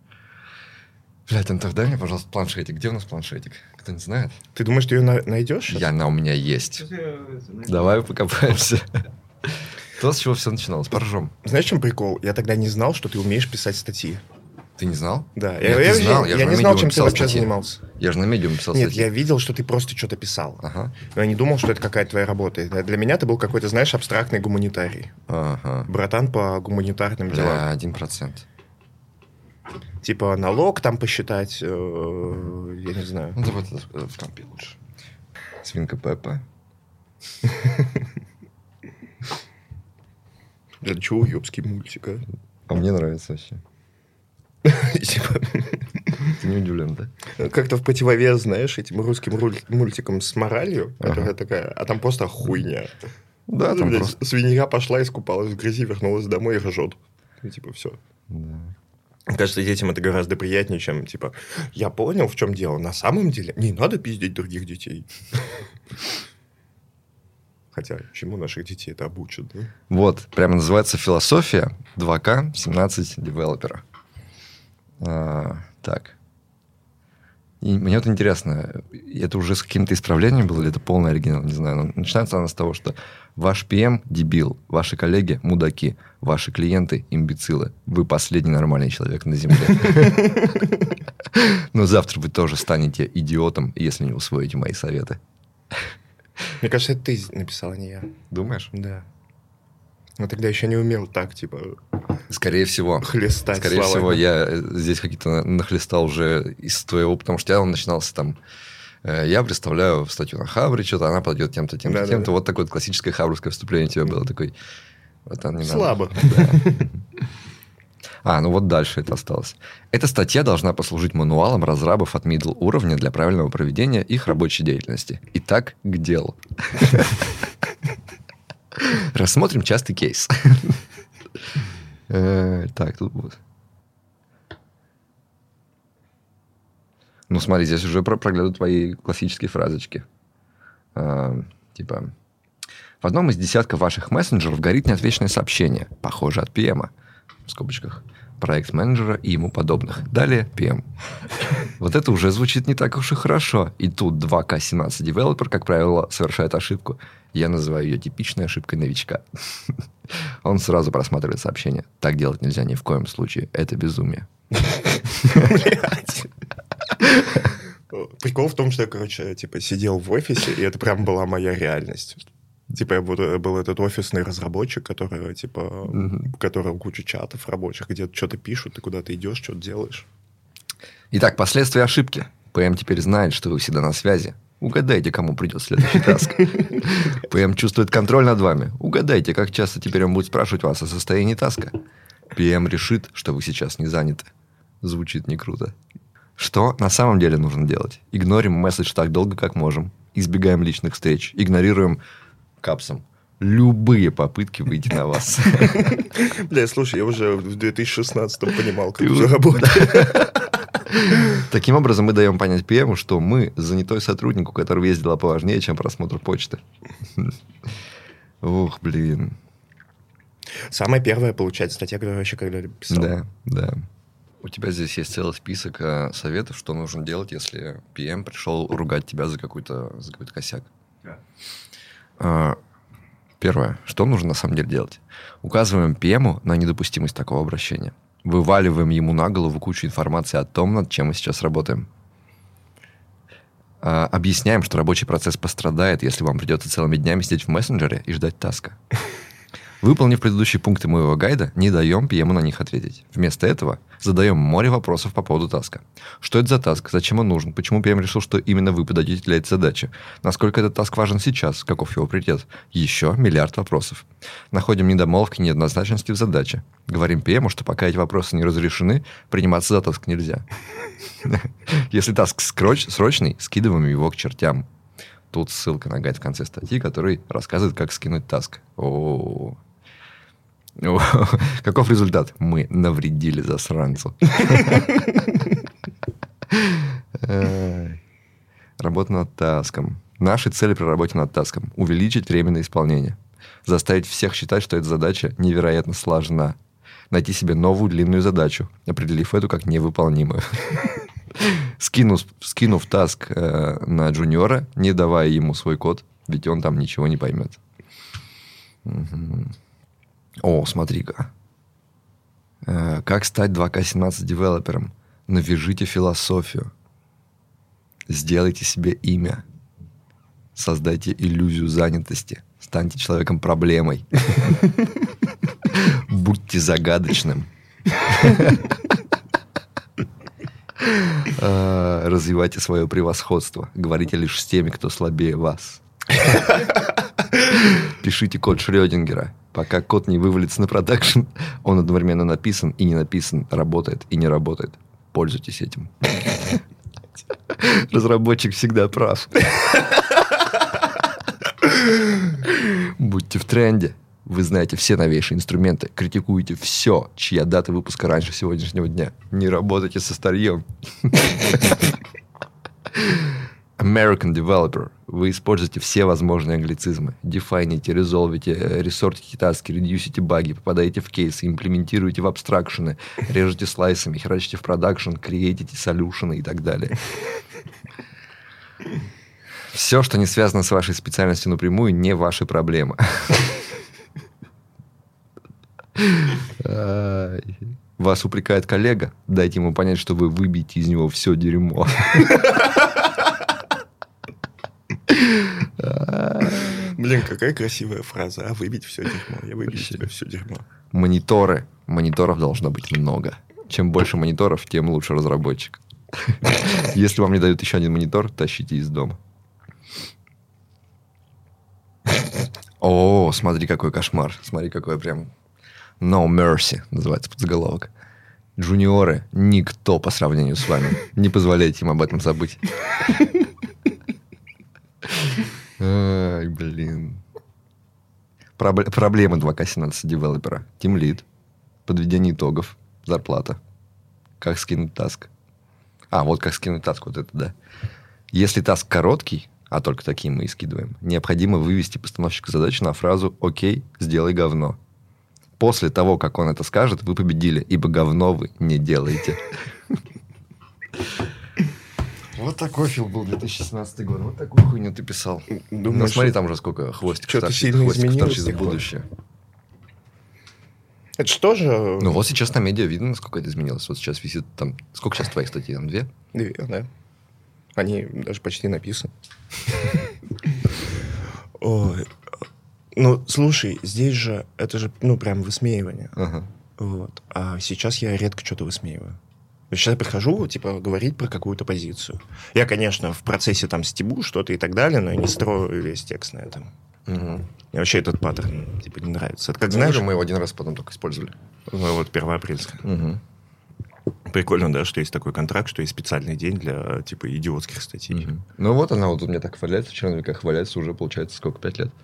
Speaker 1: Блядь, Антох, дай мне, пожалуйста, планшетик. Где у нас планшетик? Кто-нибудь знает?
Speaker 2: Ты думаешь, ты ее найдешь?
Speaker 1: У меня есть. Давай покопаемся. То, с чего все начиналось, поржем.
Speaker 2: Знаешь, в чем прикол? Я тогда не знал, что ты умеешь писать статьи.
Speaker 1: Ты не знал?
Speaker 2: Да.
Speaker 1: Я
Speaker 2: не знал, чем ты вообще занимался.
Speaker 1: Я же на медиум писал
Speaker 2: Нет,
Speaker 1: статьи.
Speaker 2: я видел, что ты просто что-то писал.
Speaker 1: Ага.
Speaker 2: Но я не думал, что это какая-то твоя работа. Для меня ты был какой-то, знаешь, абстрактный гуманитарий.
Speaker 1: Ага.
Speaker 2: Братан по гуманитарным делам.
Speaker 1: 1%.
Speaker 2: Типа налог там посчитать, я не знаю.
Speaker 1: Ну, давай в компе лучше. Свинка Пеппа.
Speaker 2: Для чего уебский мультик, а?
Speaker 1: А мне нравится вообще. Ты не удивлен, да?
Speaker 2: Как-то в противовес, знаешь, этим русским мультикам с моралью, которая такая, а там просто хуйня.
Speaker 1: Да, там просто...
Speaker 2: Свинья пошла, искупалась в грязи, вернулась домой и ржет. И типа все.
Speaker 1: Да.
Speaker 2: Кажется, детям это гораздо приятнее, чем типа, я понял, в чем дело. На самом деле не надо пиздить других детей. Хотя, чему наших детей это обучат, да?
Speaker 1: Вот, прямо называется философия 2К17 девелопера. Так. И мне вот интересно, это уже с каким-то исправлением было, или это полный оригинал, не знаю. Но начинается она с того, что ваш ПМ – дебил, ваши коллеги – мудаки, ваши клиенты – имбецилы. Вы последний нормальный человек на Земле. Но завтра вы тоже станете идиотом, если не усвоите мои советы.
Speaker 2: Мне кажется, это ты написал, а не я.
Speaker 1: Думаешь?
Speaker 2: Да. Но тогда еще не умел так, типа...
Speaker 1: Скорее всего.
Speaker 2: Хлестать
Speaker 1: Скорее
Speaker 2: словами.
Speaker 1: всего, я здесь какие-то нахлестал уже из твоего... Потому что он начинался там... Я представляю статью на Хабре, что-то она подойдет тем-то, тем-то,
Speaker 2: Да,
Speaker 1: тем-то.
Speaker 2: да.
Speaker 1: Вот такое классическое хабровское вступление у тебя было. Такой... Вот он не
Speaker 2: Слабо.
Speaker 1: Ну вот дальше это осталось. Эта статья должна послужить мануалом разрабов от middle уровня для правильного проведения их рабочей деятельности. Итак, к делу. Рассмотрим частый кейс. Так, тут вот. Ну, смотри, здесь уже проглядывают твои классические фразочки. Типа... В одном из десятков ваших мессенджеров горит неотвеченное сообщение, похоже, от PM, в скобочках, проект-менеджера и ему подобных. Далее PM. Вот это уже звучит не так уж и хорошо. И тут 2К17 девелопер, как правило, совершает ошибку. Я называю ее типичной ошибкой новичка. Он сразу просматривает сообщение. Так делать нельзя ни в коем случае. Это безумие.
Speaker 2: Блядь. Прикол в том, что я, короче, типа, сидел в офисе, и это прям была моя реальность. Типа, я был этот офисный разработчик, который, типа, у которого куча чатов рабочих, где что-то пишут, ты куда-то идешь, что-то делаешь.
Speaker 1: Итак, последствия ошибки. ПМ теперь знает, что вы всегда на связи. Угадайте, кому придет следующий таск. ПМ чувствует контроль над вами. Угадайте, как часто теперь он будет спрашивать вас о состоянии таска. ПМ решит, что вы сейчас не заняты. Звучит не круто. Что на самом деле нужно делать? Игнорим месседж так долго, как можем. Избегаем личных встреч. Игнорируем капсом любые попытки выйти на вас.
Speaker 2: Бля, слушай, я уже в 2016-м понимал, как все работает.
Speaker 1: Таким образом, мы даем понять ПМу, что мы занятой сотрудник, у которого есть дела поважнее, чем просмотр почты. Ух, блин.
Speaker 2: Самая первая, получается, статья, которую я вообще когда-либо писал.
Speaker 1: Да, да. У тебя здесь есть целый список советов, что нужно делать, если ПМ пришел ругать тебя за какой-то косяк. Первое. Что нужно на самом деле делать? Указываем ПМу на недопустимость такого обращения. Вываливаем ему на голову кучу информации о том, над чем мы сейчас работаем. Объясняем, что рабочий процесс пострадает, если вам придется целыми днями сидеть в мессенджере и ждать таска. Выполнив предыдущие пункты моего гайда, не даем ПМу на них ответить. Вместо этого задаем море вопросов по поводу таска. Что это за таск? Зачем он нужен? Почему ПМ решил, что именно вы подойдете для этой задачи? Насколько этот таск важен сейчас? Каков его приоритет? Еще миллиард вопросов. Находим недомолвки, неоднозначности в задаче. Говорим ПМу, что пока эти вопросы не разрешены, приниматься за таск нельзя. Если таск срочный, скидываем его к чертям. Тут ссылка на гайд в конце статьи, который рассказывает, как скинуть таск. Каков результат? Мы навредили засранцу. Работа над таском. Наши цели при работе над таском. Увеличить время на исполнение. Заставить всех считать, что эта задача невероятно сложна. Найти себе новую длинную задачу, определив эту как невыполнимую. Скинув таск на джуниора, не давая ему свой код, ведь он там ничего не поймет. О, смотри-ка. Как стать 2К17 девелопером? Навяжите философию. Сделайте себе имя. Создайте иллюзию занятости. Станьте человеком-проблемой. Будьте загадочным. Развивайте свое превосходство. Говорите лишь с теми, кто слабее вас. Пишите код Шрёдингера. Пока код не вывалится на продакшн, он одновременно написан и не написан, работает и не работает. Пользуйтесь этим. Разработчик всегда прав. Будьте в тренде. Вы знаете все новейшие инструменты. Критикуете все, чья дата выпуска раньше сегодняшнего дня. Не работайте со старьем. American Developer. Вы используете все возможные англицизмы. Дефайните, резолвите, ресортите таски, редюсите баги, попадаете в кейсы, имплементируете в абстракшены, режете слайсами, херачите в продакшн, креатите солюшены и так далее. Все, что не связано с вашей специальностью напрямую, не ваша проблема. Вас упрекает коллега, дайте ему понять, что вы выбьете из него все дерьмо.
Speaker 2: Бля, Блин, какая красивая фраза. А выбить все дерьмо. Я выбью из тебя все дерьмо.
Speaker 1: Мониторы. Мониторов должно быть много. Чем больше мониторов, тем лучше разработчик. Если вам не дают еще один монитор, тащите из дома. О, смотри, какой кошмар. Смотри, какой прям... No mercy называется подзаголовок. Джуниоры – никто по сравнению с вами. Не позволяйте им об этом забыть. Ай, блин. Проблемы 2К17 девелопера. Тимлид. Подведение итогов. Зарплата. Как скинуть таск. Вот как скинуть таск, вот это да. Если таск короткий, а только такие мы и скидываем, необходимо вывести постановщика задачи на фразу «Окей, сделай говно». После того, как он это скажет, вы победили, ибо говно вы не делаете. Вот такой Фил был 2017 год. Вот такую хуйню ты писал. Ну, смотри, там уже сколько хвостиков торчит за будущее.
Speaker 2: Это что же...
Speaker 1: Ну, вот сейчас на медиа видно, насколько это изменилось. Вот сейчас висит там... Сколько сейчас твоих статей? Там 2?
Speaker 2: 2, да. Они даже почти написаны. Ой. Ну, слушай, здесь же... Это же, прям высмеивание. Вот. А сейчас я редко что-то высмеиваю. Сейчас я прихожу, говорить про какую-то позицию. Я, конечно, в процессе там стебу что-то и так далее, но я не строю весь текст на этом. Мне вообще этот паттерн, не нравится. Это как, знаешь...
Speaker 1: Мы его один раз потом только использовали.
Speaker 2: Ну, вот первоапрельская. Прикольно, да, что есть такой контракт, что есть специальный день для, идиотских статей.
Speaker 1: Ну, вот она вот у меня так хваляется, в черновиках хваляется уже, получается, сколько, 5 лет?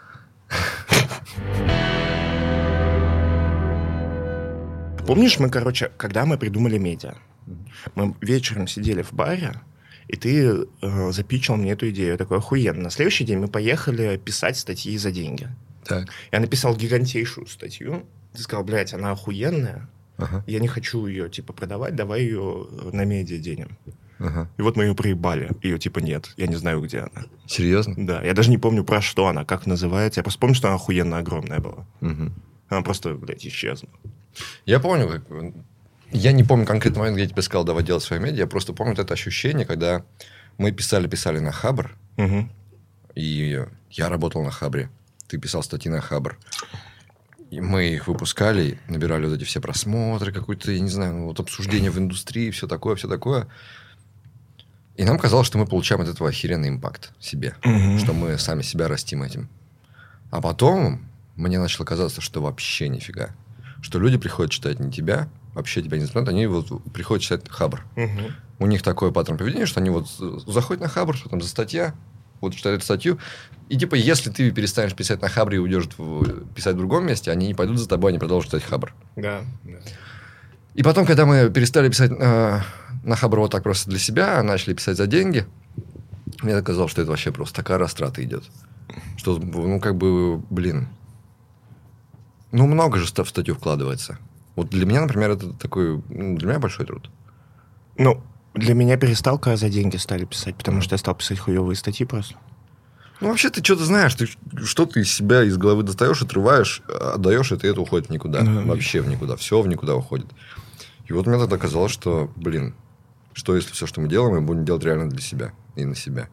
Speaker 2: Помнишь, когда мы придумали медиа, мы вечером сидели в баре, и ты запичил мне эту идею. Я такой, охуенно. На следующий день мы поехали писать статьи за деньги.
Speaker 1: Так.
Speaker 2: Я написал гигантейшую статью. Ты сказал, блядь, она охуенная. Я не хочу ее, продавать, давай ее на медиа денем. И вот мы ее проебали. Ее, нет. Я не знаю, где она.
Speaker 1: Серьезно?
Speaker 2: Да. Я даже не помню, про что она, как называется. Я просто помню, что она охуенно огромная была. Она просто, блядь, исчезла.
Speaker 1: Я помню, как... Я не помню конкретный момент, где я тебе сказал, давай делать свое медиа. Я просто помню это ощущение, когда мы писали на Хабр. И я работал на Хабре. Ты писал статьи на Хабр. И мы их выпускали, набирали вот эти все просмотры, какое-то, я не знаю, обсуждение в индустрии, все такое, все такое. И нам казалось, что мы получаем от этого охеренный импакт себе. Что мы сами себя растим этим. А потом мне начало казаться, что вообще нифига. Что люди приходят читать не тебя, вообще тебя не знают, они приходят читать Хабр. У них такой паттерн поведения, что они заходят на Хабр, что там за статья, читают эту статью, и если ты перестанешь писать на Хабре и уйдешь писать в другом месте, они не пойдут за тобой, они продолжат читать Хабр.
Speaker 2: Да.
Speaker 1: И потом, когда мы перестали писать на Хабр вот так просто для себя, а начали писать за деньги, мне казалось, что это вообще просто такая растрата идет. Что, блин... много же в статью вкладывается. Вот для меня, например, это такой... для меня большой труд.
Speaker 2: Для меня перестал, когда за деньги стали писать, потому что я стал писать хуевые статьи просто.
Speaker 1: Вообще, ты что-то знаешь, ты что-то из себя, из головы достаешь, отрываешь, отдаешь, и это уходит в никуда. Вообще в никуда. Все в никуда уходит. И вот мне тогда казалось, что, блин, что если все, что мы делаем, мы будем делать реально для себя и на себя.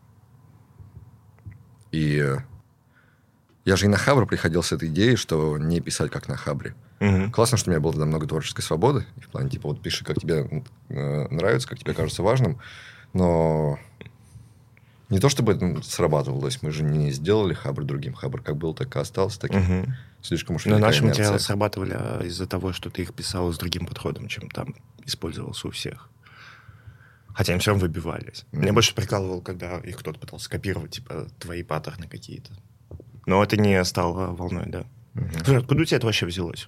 Speaker 1: И я же и на Хабр приходил с этой идеей, что не писать как на Хабре. Классно, что у меня было тогда много творческой свободы. В плане, пиши, как тебе нравится, как тебе кажется важным. Но не то, чтобы это срабатывало. То есть мы же не сделали Хабр другим. Хабр как был, так и остался таким. Слишком уж великая инерция.
Speaker 2: Но наши материалы срабатывали из-за того, что ты их писал с другим подходом, чем там использовался у всех. Хотя им все равно выбивались. Меня больше прикалывало, когда их кто-то пытался копировать, твои паттерны какие-то. Но это не стало волной, да. Слушай, откуда у тебя это вообще взялось?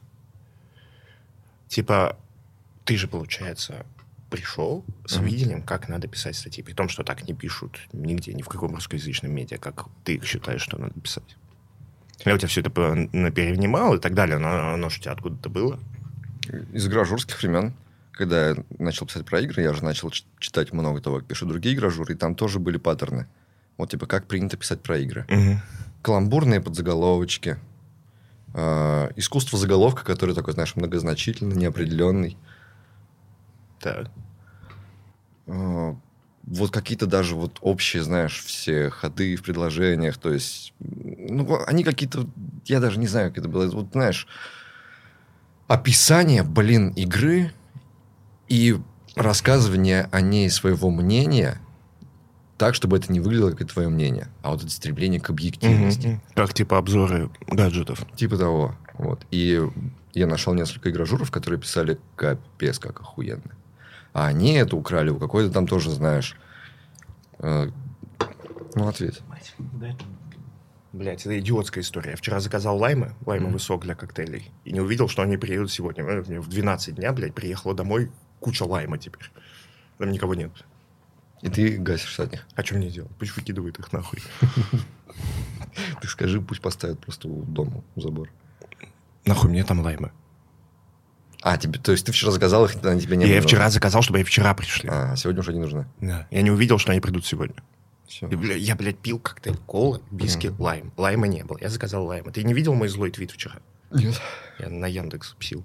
Speaker 2: Ты же, получается, пришел с видением, как надо писать статьи, при том, что так не пишут нигде, ни в каком русскоязычном медиа, как ты считаешь, что надо писать. Или у тебя все это перенимал и так далее, но оно же у тебя откуда-то было?
Speaker 1: Из гражурских времен. Когда я начал писать про игры, я же начал читать много того, как пишут другие гражуры, и там тоже были паттерны. Как принято писать про игры. Каламбурные подзаголовочки. Искусство заголовка, который такой, знаешь, многозначительный, неопределенный.
Speaker 2: Так.
Speaker 1: вот какие-то даже вот общие, знаешь, все ходы в предложениях, то есть, ну, они какие-то, я даже не знаю, как это было, вот, знаешь, описание, игры и рассказывание о ней своего мнения так, чтобы это не выглядело как твое мнение, а вот это стремление к объективности.
Speaker 2: Как типа обзоры гаджетов.
Speaker 1: Типа того. Вот. И я нашел несколько игражуров, которые писали капец как охуенно. А они это украли у какой-то там тоже, знаешь... Ну, ответь.
Speaker 2: Блять, это идиотская история. Я вчера заказал лаймовый сок для коктейлей, и не увидел, что они приедут сегодня. Мне в 12 дня, блядь, приехала домой куча лайма теперь. Там никого нет.
Speaker 1: И ты гасишься от них.
Speaker 2: А что мне делать? Пусть выкидывают их нахуй.
Speaker 1: Ты скажи, пусть поставят просто у дома, у забора.
Speaker 2: Нахуй мне там лаймы.
Speaker 1: То есть ты вчера заказал их, они тебе не
Speaker 2: Я вчера заказал, чтобы они вчера пришли.
Speaker 1: А сегодня уже не нужны.
Speaker 2: Да. Я не увидел, что они придут сегодня.
Speaker 1: Все.
Speaker 2: Я, блядь, пил коктейль кола, виски, лайм. Лайма не было. Я заказал лайма. Ты не видел мой злой твит вчера?
Speaker 1: Нет.
Speaker 2: Я на Яндекс псил.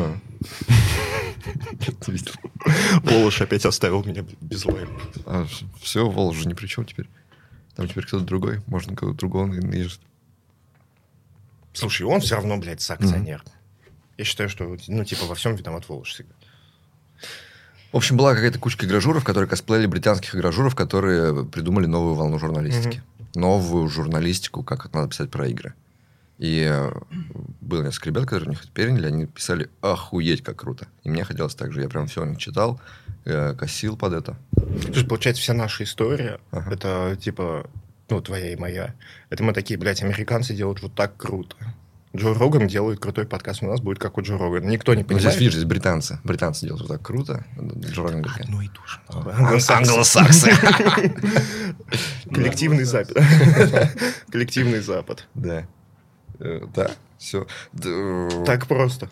Speaker 1: Ты видел?
Speaker 2: Волош опять оставил меня без лайма.
Speaker 1: Все, Волош же ни при чем теперь. Там теперь кто-то другой. Можно кого-то другого наезжать.
Speaker 2: Слушай, он все равно, блядь, соакционер. Я считаю, что, во всем виноват Волош всегда.
Speaker 1: В общем, была какая-то кучка игражуров, которые косплеили британских игражуров, которые придумали новую волну журналистики. Новую журналистику, как надо писать про игры. И было несколько ребят, которые у них это переняли, они писали охуеть, как круто. И мне хотелось так же. Я прям все у них читал, косил под это.
Speaker 2: Слушай, получается, вся наша история, это типа, твоя и моя. Это мы такие, блядь, американцы делают вот так круто. Джо Роган делает крутой подкаст, у нас будет как у Джо Рогана. Никто не понимает.
Speaker 1: Здесь, видишь, здесь британцы. Британцы делают вот так круто. Джо Роган говорит...
Speaker 2: Одно и то же.
Speaker 1: Англосаксы.
Speaker 2: Коллективный Запад. Коллективный Запад.
Speaker 1: Да. Да, все.
Speaker 2: Так просто.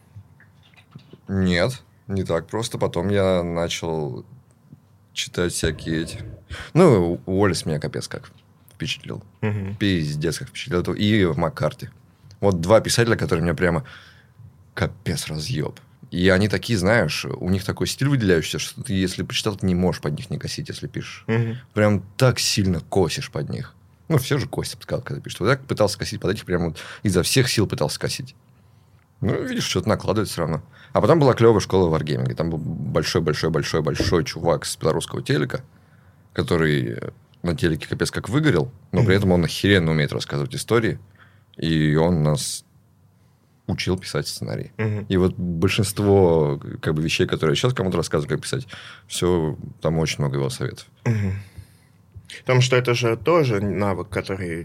Speaker 1: Нет, не так просто. Потом я начал читать всякие эти... Ну, Уоллес меня капец как впечатлил. Пиздец как впечатлил. И Маккарти. Вот два писателя, которые меня прямо капец разъеб. И они такие, знаешь, у них такой стиль выделяющийся, что ты, если почитал, ты не можешь под них не косить, если пишешь. Прям так сильно косишь под них. Ну, все же косят, когда пишут. Вот я пытался косить под этих, прям вот изо всех сил пытался косить. Ну, видишь, что-то накладывает все равно. А потом была клевая школа варгейминга. Там был большой-большой-большой-большой чувак с белорусского телека, который на телеке капец как выгорел, но при этом он охеренно умеет рассказывать истории. И он нас учил писать сценарий. И вот большинство вещей, которые я сейчас кому-то рассказываю, как писать, все, там очень много его советов.
Speaker 2: Потому что это же тоже навык, который,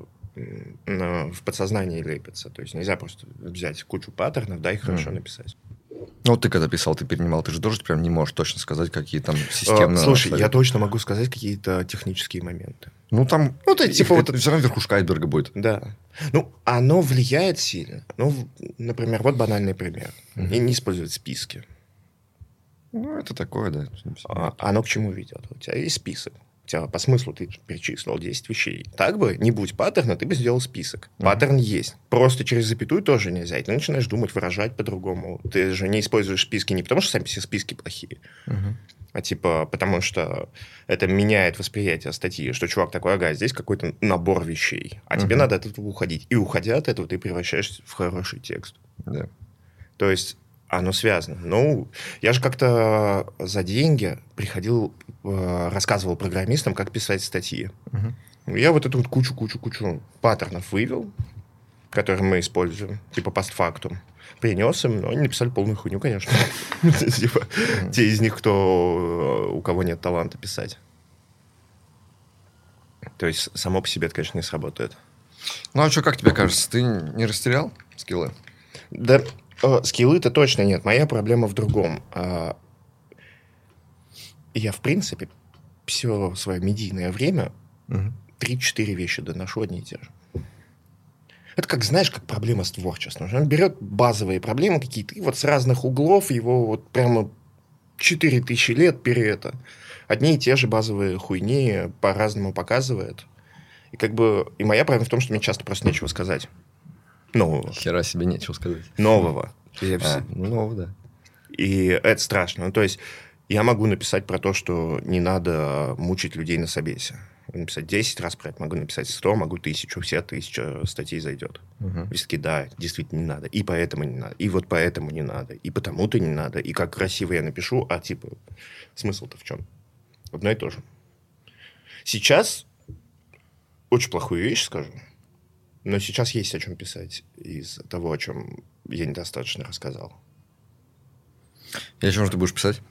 Speaker 2: в подсознании лепится. То есть нельзя просто взять кучу паттернов, и хорошо написать.
Speaker 1: Ну, вот ты когда писал, ты перенимал, ты же тоже прям не можешь точно сказать, какие там системные...
Speaker 2: Слушай, я точно могу сказать какие-то технические моменты.
Speaker 1: Ну, там... это все равно верхушка айсберга будет.
Speaker 2: Да. Оно влияет сильно. Например, вот банальный пример. Не использовать списки.
Speaker 1: Ну, это такое, да.
Speaker 2: Оно к чему ведет? У тебя есть список. У тебя по смыслу ты перечислил 10 вещей. Так бы, не будь паттерна, ты бы сделал список. Паттерн есть. Просто через запятую тоже нельзя. И ты начинаешь думать, выражать по-другому. Ты же не используешь списки не потому, что сами все списки плохие, а потому что это меняет восприятие статьи, что чувак такой, здесь какой-то набор вещей, а тебе надо от этого уходить. И уходя от этого, ты превращаешься в хороший текст.
Speaker 1: Да.
Speaker 2: То есть оно связано. Я же как-то за деньги приходил, рассказывал программистам, как писать статьи. Я вот эту вот кучу паттернов вывел, которые мы используем, постфактум. Принес им, но они написали полную хуйню, конечно. Те из них, у кого нет таланта писать. То есть само по себе это, конечно, не сработает.
Speaker 1: Ну, а что, как тебе кажется, ты не растерял скиллы?
Speaker 2: Да, скиллы-то точно нет. Моя проблема в другом. Я, в принципе, все свое медийное время 3-4 вещи доношу одни и те же. Это как проблема с творчеством. Он берет базовые проблемы какие-то, и вот с разных углов его вот прямо 4000 лет одни и те же базовые хуйни по-разному показывает. И моя проблема в том, что мне часто просто нечего сказать. Нового.
Speaker 1: Хера себе нечего сказать.
Speaker 2: Нового.
Speaker 1: Нового, да.
Speaker 2: И это страшно. То есть Я могу написать про то, что не надо мучить людей на собесе. Могу написать 10 раз про это, могу написать 100, могу 1000, все 1000 статей зайдет. Все-таки да, действительно не надо. И поэтому не надо. И вот поэтому не надо. И потому-то не надо. И как красиво я напишу, а типа смысл-то в чем? Одно и то же. Сейчас очень плохую вещь скажу, но сейчас есть о чем писать из того, о чем я недостаточно рассказал.
Speaker 1: И о чем же ты будешь писать?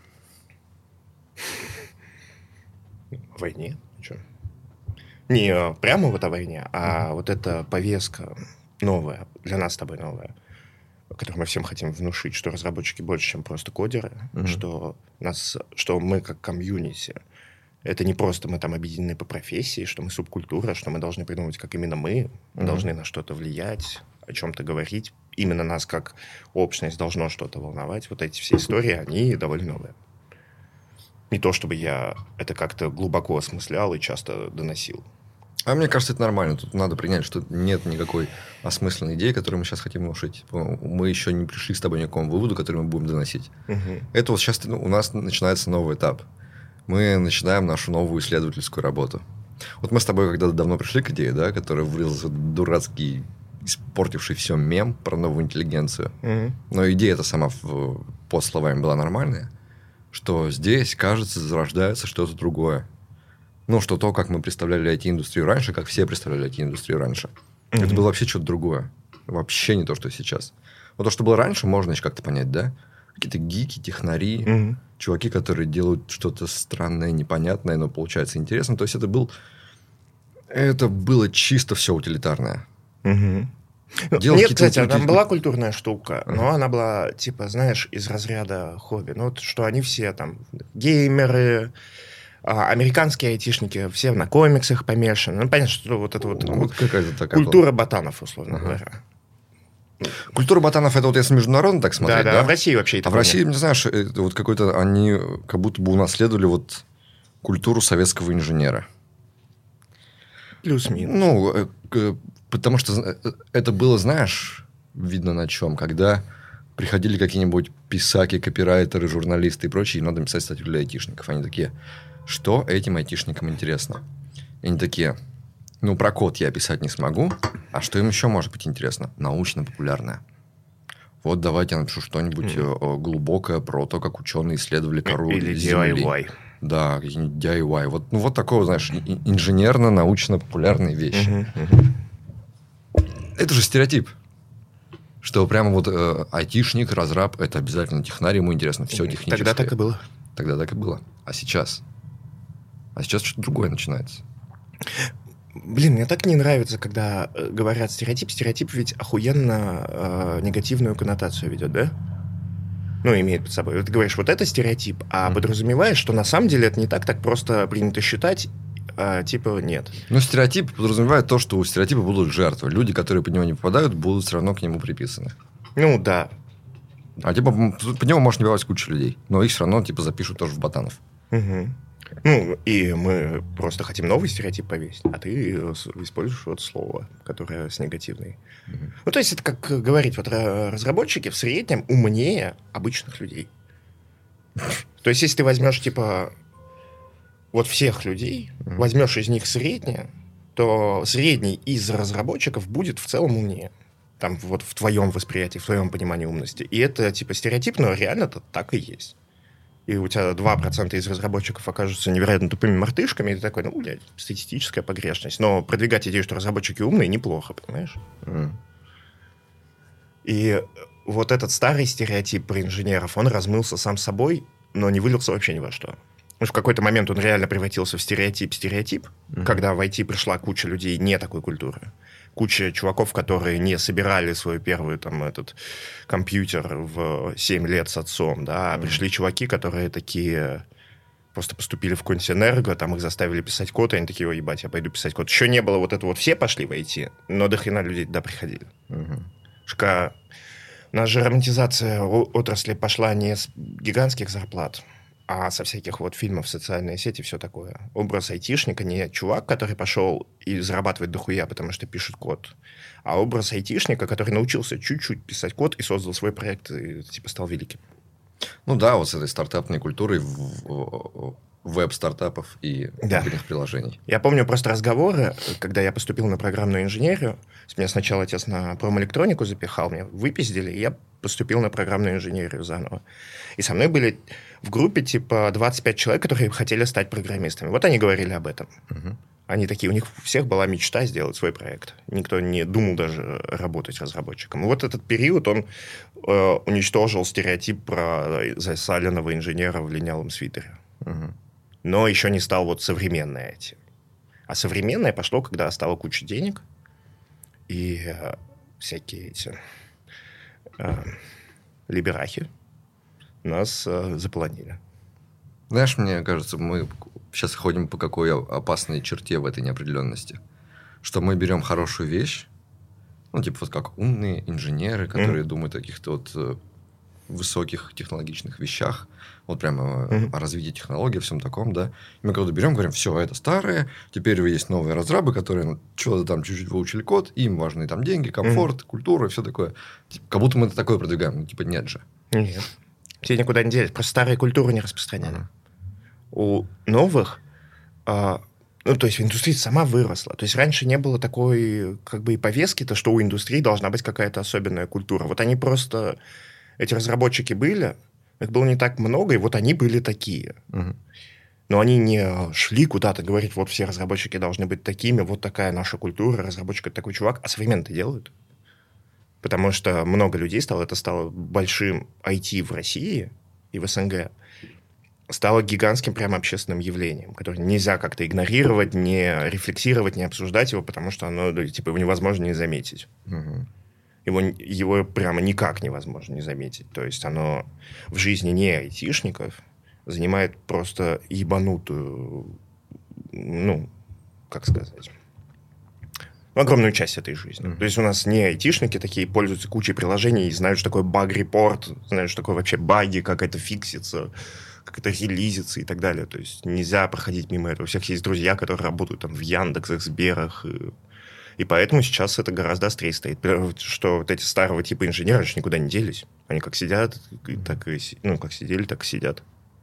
Speaker 2: О войне. Что? Не прямо вот о войне, а вот эта повестка новая, для нас с тобой новая, которую мы всем хотим внушить, что разработчики больше, чем просто кодеры, что мы как комьюнити, это не просто мы там объединены по профессии, что мы субкультура, что мы должны придумывать, как именно мы должны на что-то влиять, о чем-то говорить. Именно нас как общность должно что-то волновать. Вот эти все истории, они довольно новые. Не то, чтобы я это как-то глубоко осмыслял и часто доносил.
Speaker 1: А мне кажется, это нормально. Тут надо принять, что нет никакой осмысленной идеи, которую мы сейчас хотим внушить. Мы еще не пришли с тобой ни к какому выводу, который мы будем доносить. Это вот сейчас у нас начинается новый этап. Мы начинаем нашу новую исследовательскую работу. Вот мы с тобой когда-то давно пришли к идее, да, которая вырезался дурацкий, испортивший все мем про новую интеллигенцию. Но идея-то сама под словами была нормальная, что здесь, кажется, зарождается что-то другое. Ну, что то, как мы представляли IT-индустрию раньше, как все представляли IT-индустрию раньше. Это было вообще что-то другое. Вообще не то, что сейчас. Вот то, что было раньше, можно еще как-то понять, да? Какие-то гики, технари, чуваки, которые делают что-то странное, непонятное, но получается интересно. То есть это было чисто все утилитарное.
Speaker 2: Нет, кстати, там была культурная штука, но она была, типа, знаешь, из разряда хобби. Ну, вот что они все там геймеры, американские айтишники, все на комиксах помешаны. Ну, понятно, что вот это вот
Speaker 1: какая-то такая
Speaker 2: культура ботанов, условно говоря.
Speaker 1: Культура ботанов, это вот если международно так смотреть, да?
Speaker 2: Да, в России вообще это.
Speaker 1: А в России, не знаешь, вот какой-то они как будто бы унаследовали вот культуру советского инженера.
Speaker 2: Плюс-минус.
Speaker 1: Ну, потому что это было, знаешь, видно на чем, когда приходили какие-нибудь писаки, копирайтеры, журналисты и прочие, им надо писать статью для айтишников. Они такие, что этим айтишникам интересно? И они такие, ну, про код я писать не смогу, а что им еще может быть интересно? Научно-популярное. Вот давайте я напишу что-нибудь глубокое про то, как ученые исследовали кору
Speaker 2: или
Speaker 1: Земли.
Speaker 2: DIY.
Speaker 1: Да, какие-нибудь DIY. Вот такого, знаешь, инженерно-научно-популярные вещи. Это же стереотип. Что прямо вот айтишник, разраб, это обязательно технарь, ему интересно все техническое.
Speaker 2: Тогда так и было.
Speaker 1: Тогда так и было. А сейчас? А сейчас что-то другое начинается.
Speaker 2: Блин, мне так не нравится, когда говорят стереотип. Стереотип ведь охуенно негативную коннотацию ведет, да? Ну, имеет под собой. Ты говоришь, вот это стереотип, а подразумеваешь, что на самом деле это не так просто принято считать, типа нет.
Speaker 1: Ну, стереотип подразумевает то, что у стереотипа будут жертвы. Люди, которые под него не попадают, будут все равно к нему приписаны.
Speaker 2: Ну, да.
Speaker 1: А типа под него может не бывать куча людей, но их все равно типа запишут тоже в ботанов.
Speaker 2: Ну, и мы просто хотим новый стереотип повесить, а ты используешь вот слово, которое с негативной. Ну, то есть, это как говорить, вот разработчики в среднем умнее обычных людей. То есть, если ты возьмешь, типа, вот всех людей, возьмешь из них среднее, то средний из разработчиков будет в целом умнее. Там вот в твоем восприятии, в твоем понимании умности. И это, типа, стереотип, но реально-то так и есть. И у тебя 2% из разработчиков окажутся невероятно тупыми мартышками, и ты такой, ну, блядь, статистическая погрешность. Но продвигать идею, что разработчики умные, неплохо, понимаешь? И вот этот старый стереотип про инженеров, он размылся сам собой, но не вылился вообще ни во что. В какой-то момент он реально превратился в стереотип, когда в IT пришла куча людей не такой культуры. Куча чуваков, которые не собирали свой первый там, этот компьютер в 7 лет с отцом, да, а пришли чуваки, которые такие просто поступили в какой-нибудь энерго, там их заставили писать код, и они такие, ой, ебать, я пойду писать код. Еще не было вот этого, вот все пошли в IT, но до хрена людей туда приходили. Шка, у нас же романтизация отрасли пошла не с гигантских зарплат, а со всяких вот фильмов, социальные сети, все такое. Образ айтишника не чувак, который пошел и зарабатывает дохуя, потому что пишет код, а образ айтишника, который научился чуть-чуть писать код и создал свой проект, и типа стал великим.
Speaker 1: Ну да, вот с этой стартапной культурой веб-стартапов и мобильных приложений.
Speaker 2: Я помню просто разговоры, когда я поступил на программную инженерию. Меня сначала отец на промэлектронику запихал, меня выпиздили, и я поступил на программную инженерию заново. И со мной были в группе типа 25 человек, которые хотели стать программистами. Вот они говорили об этом.
Speaker 1: Угу.
Speaker 2: Они такие, у них у всех была мечта сделать свой проект. Никто не думал даже работать разработчиком. И вот этот период, он уничтожил стереотип про засаленного инженера в линялом свитере.
Speaker 1: Угу.
Speaker 2: Но еще не стал вот современное эти. А современное пошло, когда стало куча денег, и всякие эти либерахи нас заполонили.
Speaker 1: Знаешь, мне кажется, мы сейчас ходим по какой опасной черте в этой неопределенности. Что мы берем хорошую вещь, ну, типа вот как умные инженеры, которые думают о каких-то вот высоких технологичных вещах, вот прямо о развитии технологий, о всем таком, да. И мы когда берем, говорим, все, это старое, теперь есть новые разрабы, которые что-то там чуть-чуть выучили код, им важны там деньги, комфорт, культура и все такое. Типа, как будто мы это такое продвигаем. Ну, типа, нет же.
Speaker 2: Нет. Все никуда не делись. Просто старая культура не распространена. У новых... Ну, то есть, индустрия сама выросла. То есть, раньше не было такой, как бы, и повестки-то, что у индустрии должна быть какая-то особенная культура. Вот они просто... Эти разработчики были, их было не так много, и вот они были такие. Но они не шли куда-то говорить, вот все разработчики должны быть такими, вот такая наша культура, разработчик – это такой чувак. А современно-то делают. Потому что много людей стало, это стало большим IT в России и в СНГ. Стало гигантским прямо общественным явлением, которое нельзя как-то игнорировать, не рефлексировать, не обсуждать его, потому что оно, типа, его невозможно не заметить. Его прямо никак невозможно не заметить. То есть оно в жизни не айтишников занимает просто ебанутую, ну, как сказать, огромную часть этой жизни. То есть у нас не айтишники такие пользуются кучей приложений и знают, что такое баг-репорт, знают, что такое вообще баги, как это фиксится, как это релизится и так далее. То есть нельзя проходить мимо этого. У всех есть друзья, которые работают там в Яндексах, Сберах. И поэтому сейчас это гораздо острее стоит. Что вот эти старого типа инженеры же никуда не делись. Они как сидят, так и... Ну, как сидели, так и сидят.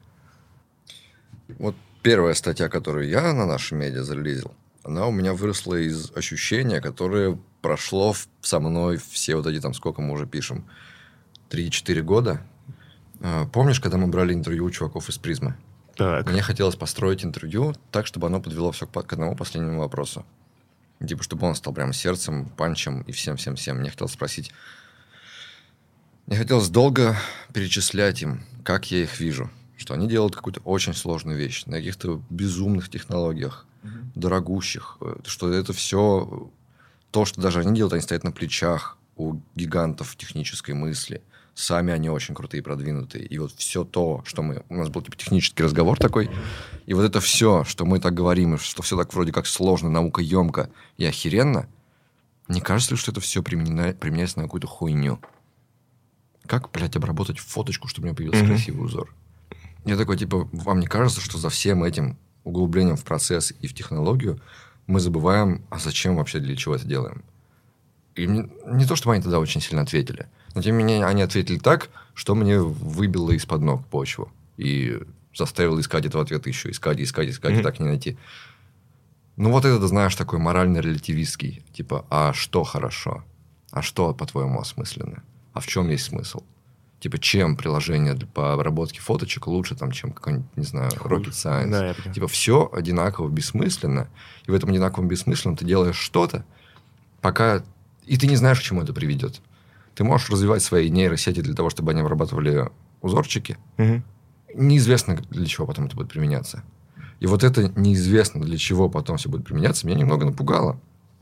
Speaker 1: Вот первая статья, которую я на нашем медиа зарелизил, она у меня выросла из ощущения, которое прошло со мной все вот эти там, сколько мы уже пишем, 3-4 года. Помнишь, когда мы брали интервью у чуваков из «Призмы»?
Speaker 2: Так.
Speaker 1: Мне хотелось построить интервью так, чтобы оно подвело все к одному последнему вопросу. Типа, чтобы он стал прям сердцем, панчем и всем-всем-всем. Мне хотелось спросить... Мне хотелось долго перечислять им, как я их вижу. Что они делают какую-то очень сложную вещь на каких-то безумных технологиях, дорогущих. Что это все... То, что даже они делают, они стоят на плечах у гигантов технической мысли. Сами они очень крутые и продвинутые. И вот все то, что мы... У нас был типа технический разговор такой. И вот это все, что мы так говорим, и что все так вроде как сложно, наукоемко и охеренно, не кажется ли, что это все применяется на какую-то хуйню? Как, блядь, обработать фоточку, чтобы у меня появился красивый узор? Я такой, типа, вам не кажется, что за всем этим углублением в процесс и в технологию мы забываем, а зачем вообще, для чего это делаем? И не то, чтобы они тогда очень сильно ответили, но тем не менее они ответили так, что мне выбило из-под ног почву. И заставило искать этого ответа еще. Искать, и так не найти. Ну, вот это, знаешь, такой морально-релятивистский. Типа, а что хорошо? А что, по-твоему, осмысленно? А в чем есть смысл? Типа, чем приложение по обработке фоточек лучше, там, чем какой-нибудь, не знаю, Rocket Science?
Speaker 2: Да,
Speaker 1: типа, все одинаково бессмысленно. И в этом одинаковом бессмысленном ты делаешь что-то, пока... И ты не знаешь, к чему это приведет. Ты можешь развивать свои нейросети для того, чтобы они обрабатывали узорчики. Неизвестно, для чего потом это будет применяться. И вот это неизвестно, для чего потом все будет применяться, меня немного напугало.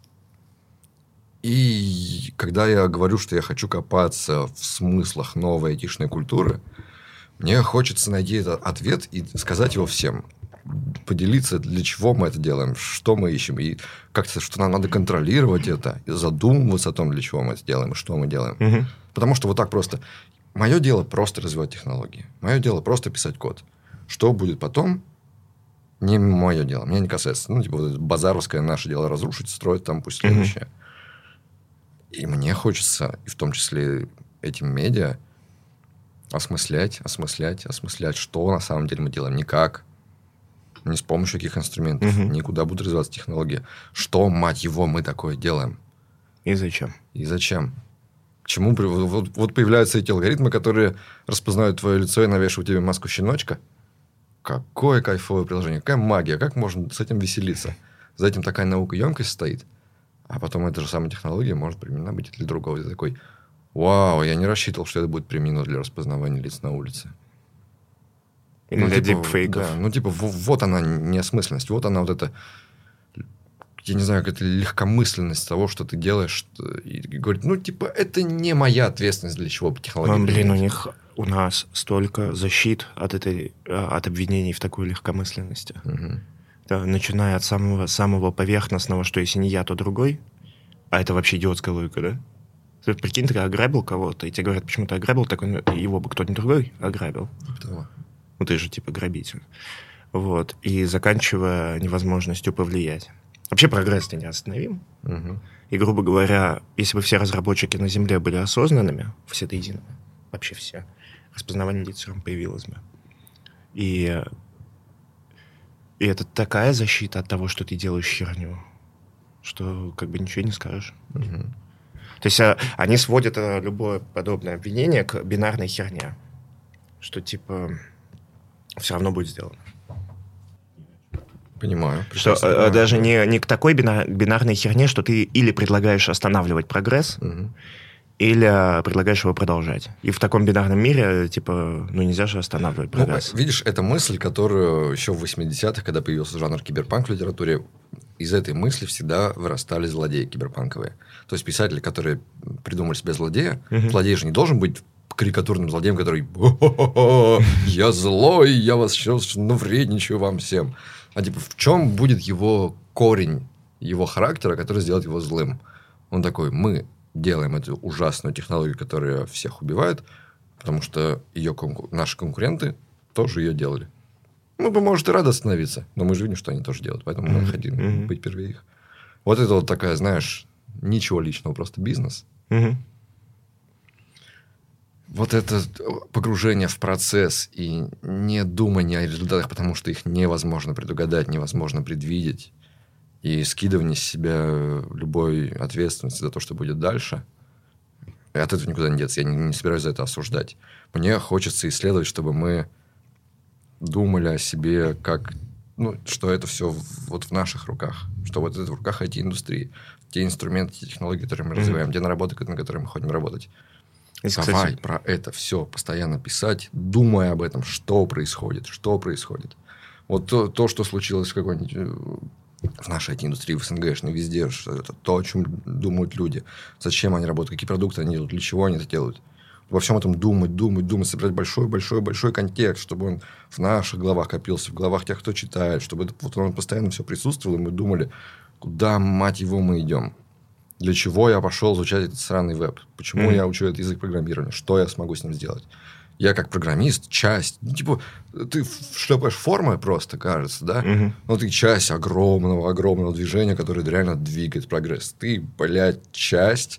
Speaker 1: И когда я говорю, что я хочу копаться в смыслах новой айтишной культуры, мне хочется найти этот ответ и сказать его всем. Поделиться, для чего мы это делаем, что мы ищем, и как-то, что нам надо контролировать это, и задумываться о том, для чего мы это делаем, и что мы делаем. Потому что вот так просто... Мое дело просто развивать технологии. Мое дело просто писать код. Что будет потом, не мое дело. Меня не касается. Ну, типа, вот это базаровское наше дело разрушить, строить там пусть следующее. И мне хочется, и в том числе этим медиа, осмыслять, что на самом деле мы делаем. Никак. Не с помощью каких инструментов. Никуда будет развиваться технология. Что, мать его, мы такое делаем?
Speaker 2: И зачем?
Speaker 1: К чему? Вот появляются эти алгоритмы, которые распознают твое лицо и навешивают тебе маску щеночка. Какое кайфовое приложение. Какая магия. Как можно с этим веселиться? За этим такая наукоемкость стоит. А потом эта же самая технология может применена быть для другого. Ты такой: вау, я не рассчитывал, что это будет применено для распознавания лиц на улице.
Speaker 2: Или для дипфейков.
Speaker 1: Да, вот она неосмысленность. Вот она вот эта, я не знаю, какая-то легкомысленность того, что ты делаешь. И говорит, это не моя ответственность, для чего технология.
Speaker 2: У нас столько защит от обвинений в такой легкомысленности. Да, начиная от самого поверхностного, что если не я, то другой. А это вообще идиотская логика, да? Ты прикинь, ты ограбил кого-то, и тебе говорят, почему ты ограбил, так его бы кто-нибудь другой ограбил.
Speaker 1: Кто?
Speaker 2: Ты же типа грабитель. Вот. И заканчивая невозможностью повлиять. Вообще прогресс-то неостановим. И, грубо говоря, если бы все разработчики на Земле были осознанными, все до единого, вообще все, распознавание лиц появилось бы. И это такая защита от того, что ты делаешь херню, что как бы ничего не скажешь. То есть они сводят любое подобное обвинение к бинарной херне. Что типа все равно будет сделано.
Speaker 1: Понимаю.
Speaker 2: Что даже не к такой бинарной херне, что ты или предлагаешь останавливать прогресс, или предлагаешь его продолжать. И в таком бинарном мире, типа, нельзя же останавливать прогресс.
Speaker 1: Видишь, это мысль, которую еще в 80-х, когда появился жанр киберпанк в литературе, из этой мысли всегда вырастали злодеи киберпанковые. То есть писатели, которые придумали себе злодея, злодей же не должен быть карикатурным злодеем, который я злой, я вас сейчас вредничаю вам всем. А типа в чем будет его корень, его характера, который сделает его злым? Он такой: мы делаем эту ужасную технологию, которая всех убивает, потому что наши конкуренты тоже ее делали. Мы бы, может, и рады остановиться, но мы же видим, что они тоже делают, поэтому мы хотим быть первее их. Вот это вот такая, знаешь, ничего личного, просто бизнес. Вот это погружение в процесс и не думание о результатах, потому что их невозможно предугадать, невозможно предвидеть, и скидывание с себя любой ответственности за то, что будет дальше, и от этого никуда не деться. Я не собираюсь за это осуждать. Мне хочется исследовать, чтобы мы думали о себе как... что это все вот в наших руках. Что вот это в руках IT-индустрии. Те инструменты, те технологии, которые мы развиваем, те наработки, на которые мы ходим работать. Давай про это все постоянно писать, думая об этом, что происходит. Вот то, что случилось в какой-нибудь... в нашей IT-индустрии, в СНГшной, везде, что это то, о чем думают люди. Зачем они работают, какие продукты они делают, для чего они это делают. Во всем этом думать, собирать большой контекст, чтобы он в наших головах копился, в головах тех, кто читает, чтобы вот он постоянно все присутствовал, и мы думали, куда, мать его, мы идем. Для чего я пошел изучать этот сраный веб? Почему я учу этот язык программирования? Что я смогу с ним сделать? Я как программист, часть... ты шлепаешь формы просто, кажется, да? Но ты часть огромного движения, которое реально двигает прогресс. Ты, часть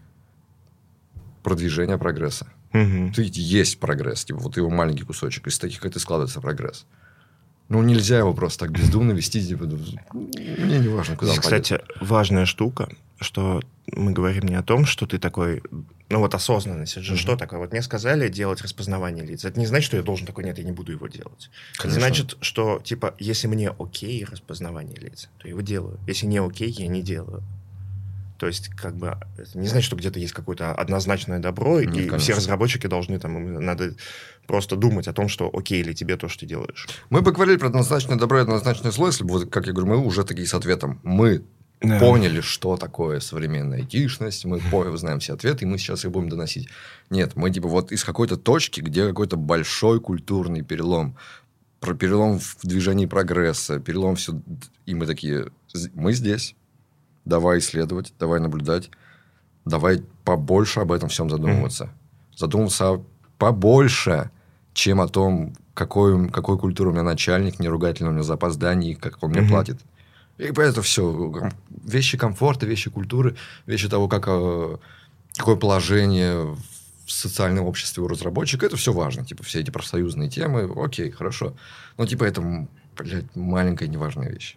Speaker 1: продвижения прогресса. Ты есть прогресс. Вот его маленький кусочек. Из таких, как ты, складывается прогресс. Нельзя его просто так бездумно вести. Мне не важно, куда он пойдет.
Speaker 2: Кстати, важная штука, что мы говорим не о том, что ты такой... осознанность. Это же что такое? Вот мне сказали делать распознавание лиц. Это не значит, что я должен такой, нет, я не буду его делать. Конечно. Это значит, что, если мне окей распознавание лиц, то я его делаю. Если не окей, я не делаю. То есть, это не значит, что где-то есть какое-то однозначное добро, нет, и конечно. Все разработчики должны, им надо просто думать о том, что окей ли тебе то, что ты делаешь.
Speaker 1: Мы поговорили про однозначное добро и однозначное зло, если бы, как я говорю, мы уже такие с ответом. Мы поняли, что такое современная айтишность, мы знаем все ответы, и мы сейчас их будем доносить. Нет, мы из какой-то точки, где какой-то большой культурный перелом, перелом в движении прогресса, перелом все, и мы такие, мы здесь. Давай исследовать, давай наблюдать, давай побольше об этом всем задумываться. Задумываться побольше, чем о том, какой культуры у меня начальник, не ругать ли он меня за опоздание, и как он мне платит. И это все вещи комфорта, вещи культуры, вещи того, какое положение в социальном обществе у разработчика, это все важно. Типа, все эти профсоюзные темы, окей, хорошо. Но, типа, это, блядь, маленькая неважная вещь.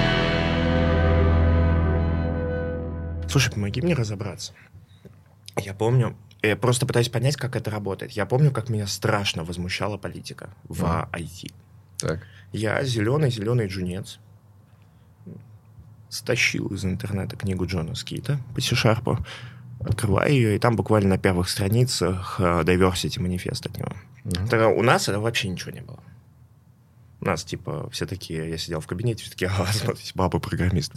Speaker 2: Слушай, помоги мне разобраться. Я помню, я просто пытаюсь понять, как это работает. Я помню, как меня страшно возмущала политика в IT.
Speaker 1: Так.
Speaker 2: Я зеленый джунец. Стащил из интернета книгу Джона Скита по C-Sharp, открываю ее, и там буквально на первых страницах diversity манифест от него. Тогда у нас это вообще ничего не было. У нас, типа, все такие, я сидел в кабинете, все такие, смотрите, баба-программист.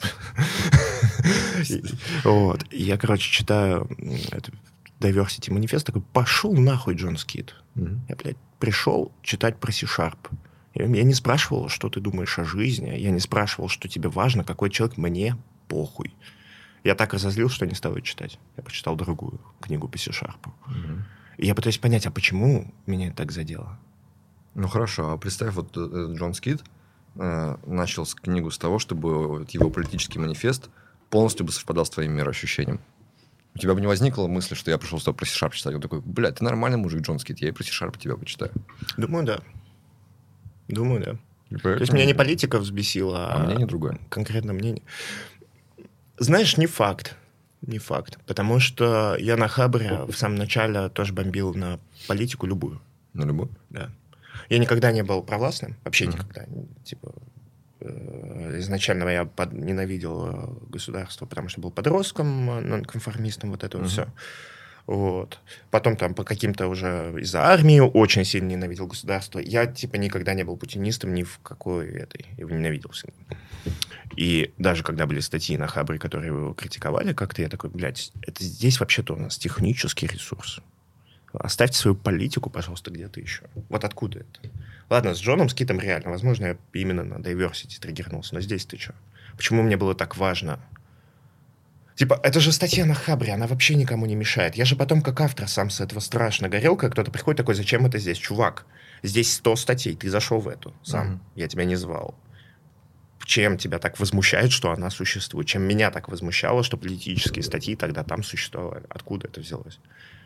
Speaker 2: Вот. И я, короче, читаю diversity манифест, такой, пошел нахуй, Джон Скит. Я, блядь, пришел читать про C-Sharp. Я не спрашивал, что ты думаешь о жизни. Я не спрашивал, что тебе важно, какой человек. Мне похуй. Я так разозлился, что не стал ее читать. Я прочитал другую книгу по C-Sharp. И я пытаюсь понять, а почему меня это так задело?
Speaker 1: Ну, хорошо. А представь, вот Джон Скит начал книгу с того, чтобы его политический манифест полностью бы совпадал с твоим мироощущением. У тебя бы не возникла мысль, что я пришел с тобой про C-Sharp читать. Он такой, блядь, ты нормальный мужик, Джон Скит, я и про C-Sharp тебя почитаю.
Speaker 2: Думаю, да.
Speaker 1: Поэтому...
Speaker 2: То есть меня не политика взбесила,
Speaker 1: а мнение другое.
Speaker 2: Конкретно мнение. Знаешь, не факт. Не факт. Потому что я на Хабре в самом начале тоже бомбил на политику любую.
Speaker 1: На любую?
Speaker 2: Да. Я никогда не был провластным. Вообще никогда. Типа, изначально я ненавидел государство, потому что был подростком, нонконформистом, вот это вот все. Вот. Потом там по каким-то уже из-за армии очень сильно ненавидел государство. Я, типа, никогда не был путинистом ни в какой этой. Я его ненавидел всегда. И даже когда были статьи на Хабре, которые его критиковали как-то, я такой, блядь, это здесь вообще-то у нас технический ресурс. Оставьте свою политику, пожалуйста, где-то еще. Вот откуда это? Ладно, с Джоном Скитом реально. Возможно, я именно на diversity триггернулся. Но здесь ты что? Почему мне было так важно? Типа, это же статья на Хабре, она вообще никому не мешает. Я же потом, как автор, сам с этого страшно горел, когда кто-то приходит такой, зачем это здесь? Чувак, здесь 100 статей, ты зашел в эту сам, я тебя не звал. Чем тебя так возмущает, что она существует? Чем меня так возмущало, что политические статьи тогда там существовали? Откуда это взялось?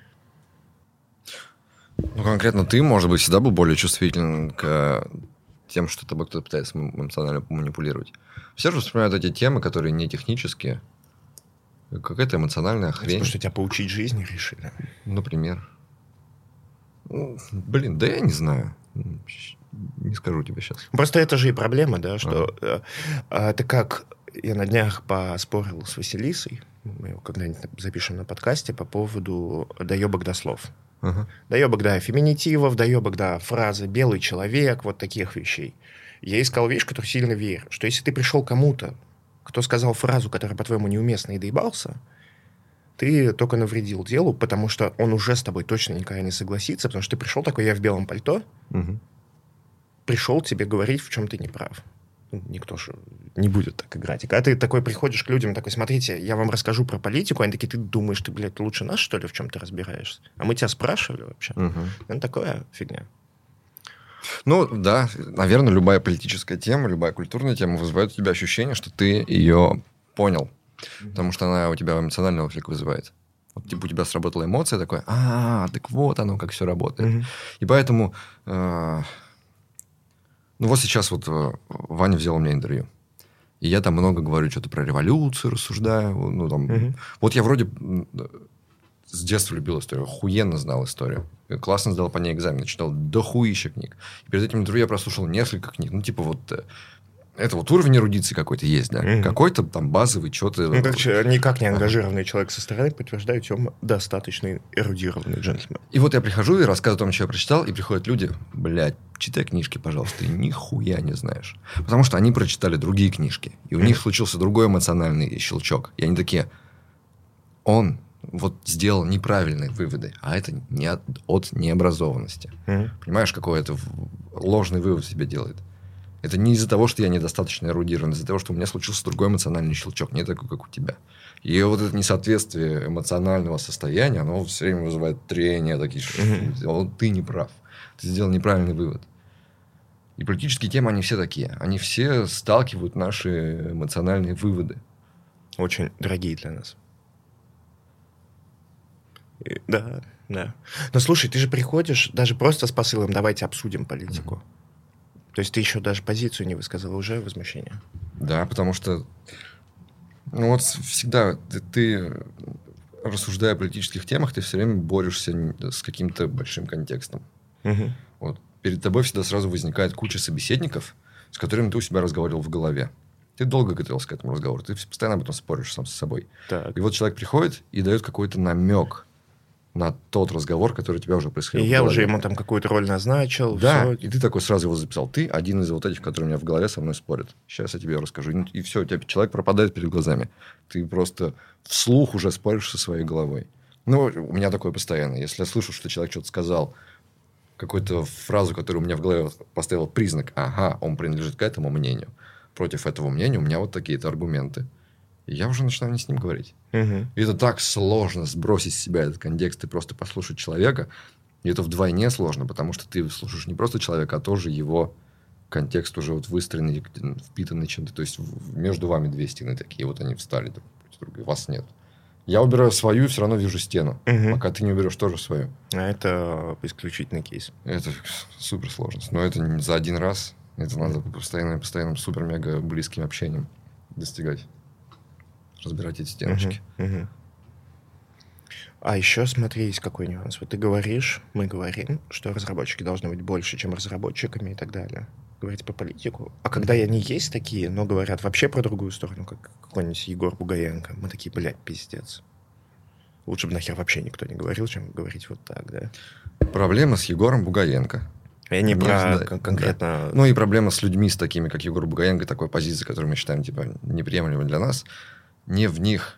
Speaker 1: Ну, конкретно ты, может быть, всегда был более чувствителен к тем, что тобой кто-то пытается эмоционально манипулировать. Все же вспоминают эти темы, которые не технические. Какая-то эмоциональная хрень.
Speaker 2: Потому что тебя поучить жизни решили.
Speaker 1: Например. Блин, да я не знаю. Не скажу тебе сейчас.
Speaker 2: Просто это же и проблема, да, что это как... Я на днях поспорил с Василисой, мы его когда-нибудь запишем на подкасте, по поводу доебок до слов. Доебок до феминитивов, доебок до фразы «белый человек», вот таких вещей. Я искал вещь, которую сильно верю, что если ты пришел кому-то, кто сказал фразу, которая, по-твоему, неуместна, и доебался, ты только навредил делу, потому что он уже с тобой точно никогда не согласится, потому что ты пришел такой, я в белом пальто, пришел тебе говорить, в чем ты не прав. Никто же не будет так играть. И когда ты такой приходишь к людям, такой, смотрите, я вам расскажу про политику, они такие, ты думаешь, ты, блядь, лучше нас, что ли, в чем ты разбираешься? А мы тебя спрашивали вообще? Это такая фигня.
Speaker 1: Ну, да, наверное, любая политическая тема, любая культурная тема вызывает у тебя ощущение, что ты ее понял. Потому что она у тебя эмоциональный отклик вызывает. Вот, типа, у тебя сработала эмоция такой, так вот оно, как все работает. И поэтому... Ну, вот сейчас вот Ваня взял у меня интервью. И я там много говорю что-то про революцию, рассуждаю. Ну, там... Вот я вроде с детства любил историю, охуенно знал историю. Классно сдал по ней экзамен, читал дохуища книг. И перед этим интервью я прослушал несколько книг. Ну, типа вот... Это вот уровень эрудиции какой-то есть, да? Какой-то там базовый, что-то...
Speaker 2: Ну, короче, никак не ангажированный человек со стороны подтверждает, Тёма достаточно эрудированный джентльмен.
Speaker 1: И вот я прихожу и рассказываю о том, что я прочитал, и приходят люди, блядь, читай книжки, пожалуйста, и нихуя не знаешь. Потому что они прочитали другие книжки, и у них случился другой эмоциональный щелчок. И они такие, он вот сделал неправильные выводы, а это не от необразованности. Понимаешь, какой это ложный вывод себе делает? Это не из-за того, что я недостаточно эрудирован, из-за того, что у меня случился другой эмоциональный щелчок, не такой, как у тебя. И вот это несоответствие эмоционального состояния, оно все время вызывает трения, такие, что ты не прав, ты сделал неправильный вывод. И политические темы, они все такие. Они все сталкивают наши эмоциональные выводы.
Speaker 2: Очень дорогие для нас. Да, да. Но слушай, ты же приходишь даже просто с посылом «давайте обсудим политику». То есть ты еще даже позицию не высказал, уже возмущение.
Speaker 1: Да, потому что ну вот всегда ты, рассуждая о политических темах, ты все время борешься с каким-то большим контекстом.
Speaker 2: Угу.
Speaker 1: Вот. Перед тобой всегда сразу возникает куча собеседников, с которыми ты у себя разговаривал в голове. Ты долго готовился к этому разговору, ты постоянно об этом споришь сам с собой.
Speaker 2: Так.
Speaker 1: И вот человек приходит и дает какой-то намек на тот разговор, который у тебя уже происходил
Speaker 2: И
Speaker 1: в
Speaker 2: я
Speaker 1: голове.
Speaker 2: уже ему там какую-то роль назначил.
Speaker 1: Да,
Speaker 2: Все.
Speaker 1: и ты такой сразу его записал. Ты один из вот этих, которые у меня в голове со мной спорят. Сейчас я тебе расскажу. И все, у тебя человек пропадает перед глазами. Ты просто вслух уже споришь со своей головой. Ну, у меня такое постоянно. Если я слышу, что человек что-то сказал, какую-то фразу, которую у меня в голове поставил признак, ага, он принадлежит к этому мнению. Против этого мнения у меня вот такие-то аргументы. И я уже начинаю не с ним говорить.
Speaker 2: Угу.
Speaker 1: И это так сложно сбросить с себя этот контекст и просто послушать человека. И это вдвойне сложно, потому что ты слушаешь не просто человека, а тоже его контекст уже вот выстроенный, впитанный чем-то. То есть между вами две стены такие, вот они встали друг против друга, и вас нет. Я убираю свою, и все равно вижу стену.
Speaker 2: Угу.
Speaker 1: Пока ты не уберешь тоже свою.
Speaker 2: А это исключительный кейс.
Speaker 1: Это супер сложность. Но это не за один раз. Это надо постоянным супер-мега близким общением достигать. Разбирать эти стеночки.
Speaker 2: Угу. А еще смотри, есть какой нюанс. Вот ты говоришь, мы говорим, что разработчики должны быть больше, чем разработчиками и так далее. Говорить по политику. А когда они есть такие, но говорят вообще про другую сторону, как какой-нибудь Егор Бугаенко, мы такие, блядь, пиздец. Лучше бы нахер вообще никто не говорил, чем говорить вот так, да?
Speaker 1: Проблема с Егором Бугаенко.
Speaker 2: Я не про конкретно...
Speaker 1: Да. Ну и проблема с людьми, с такими, как Егор Бугаенко, такой позиции, которую мы считаем типа неприемлемой для нас, не в них,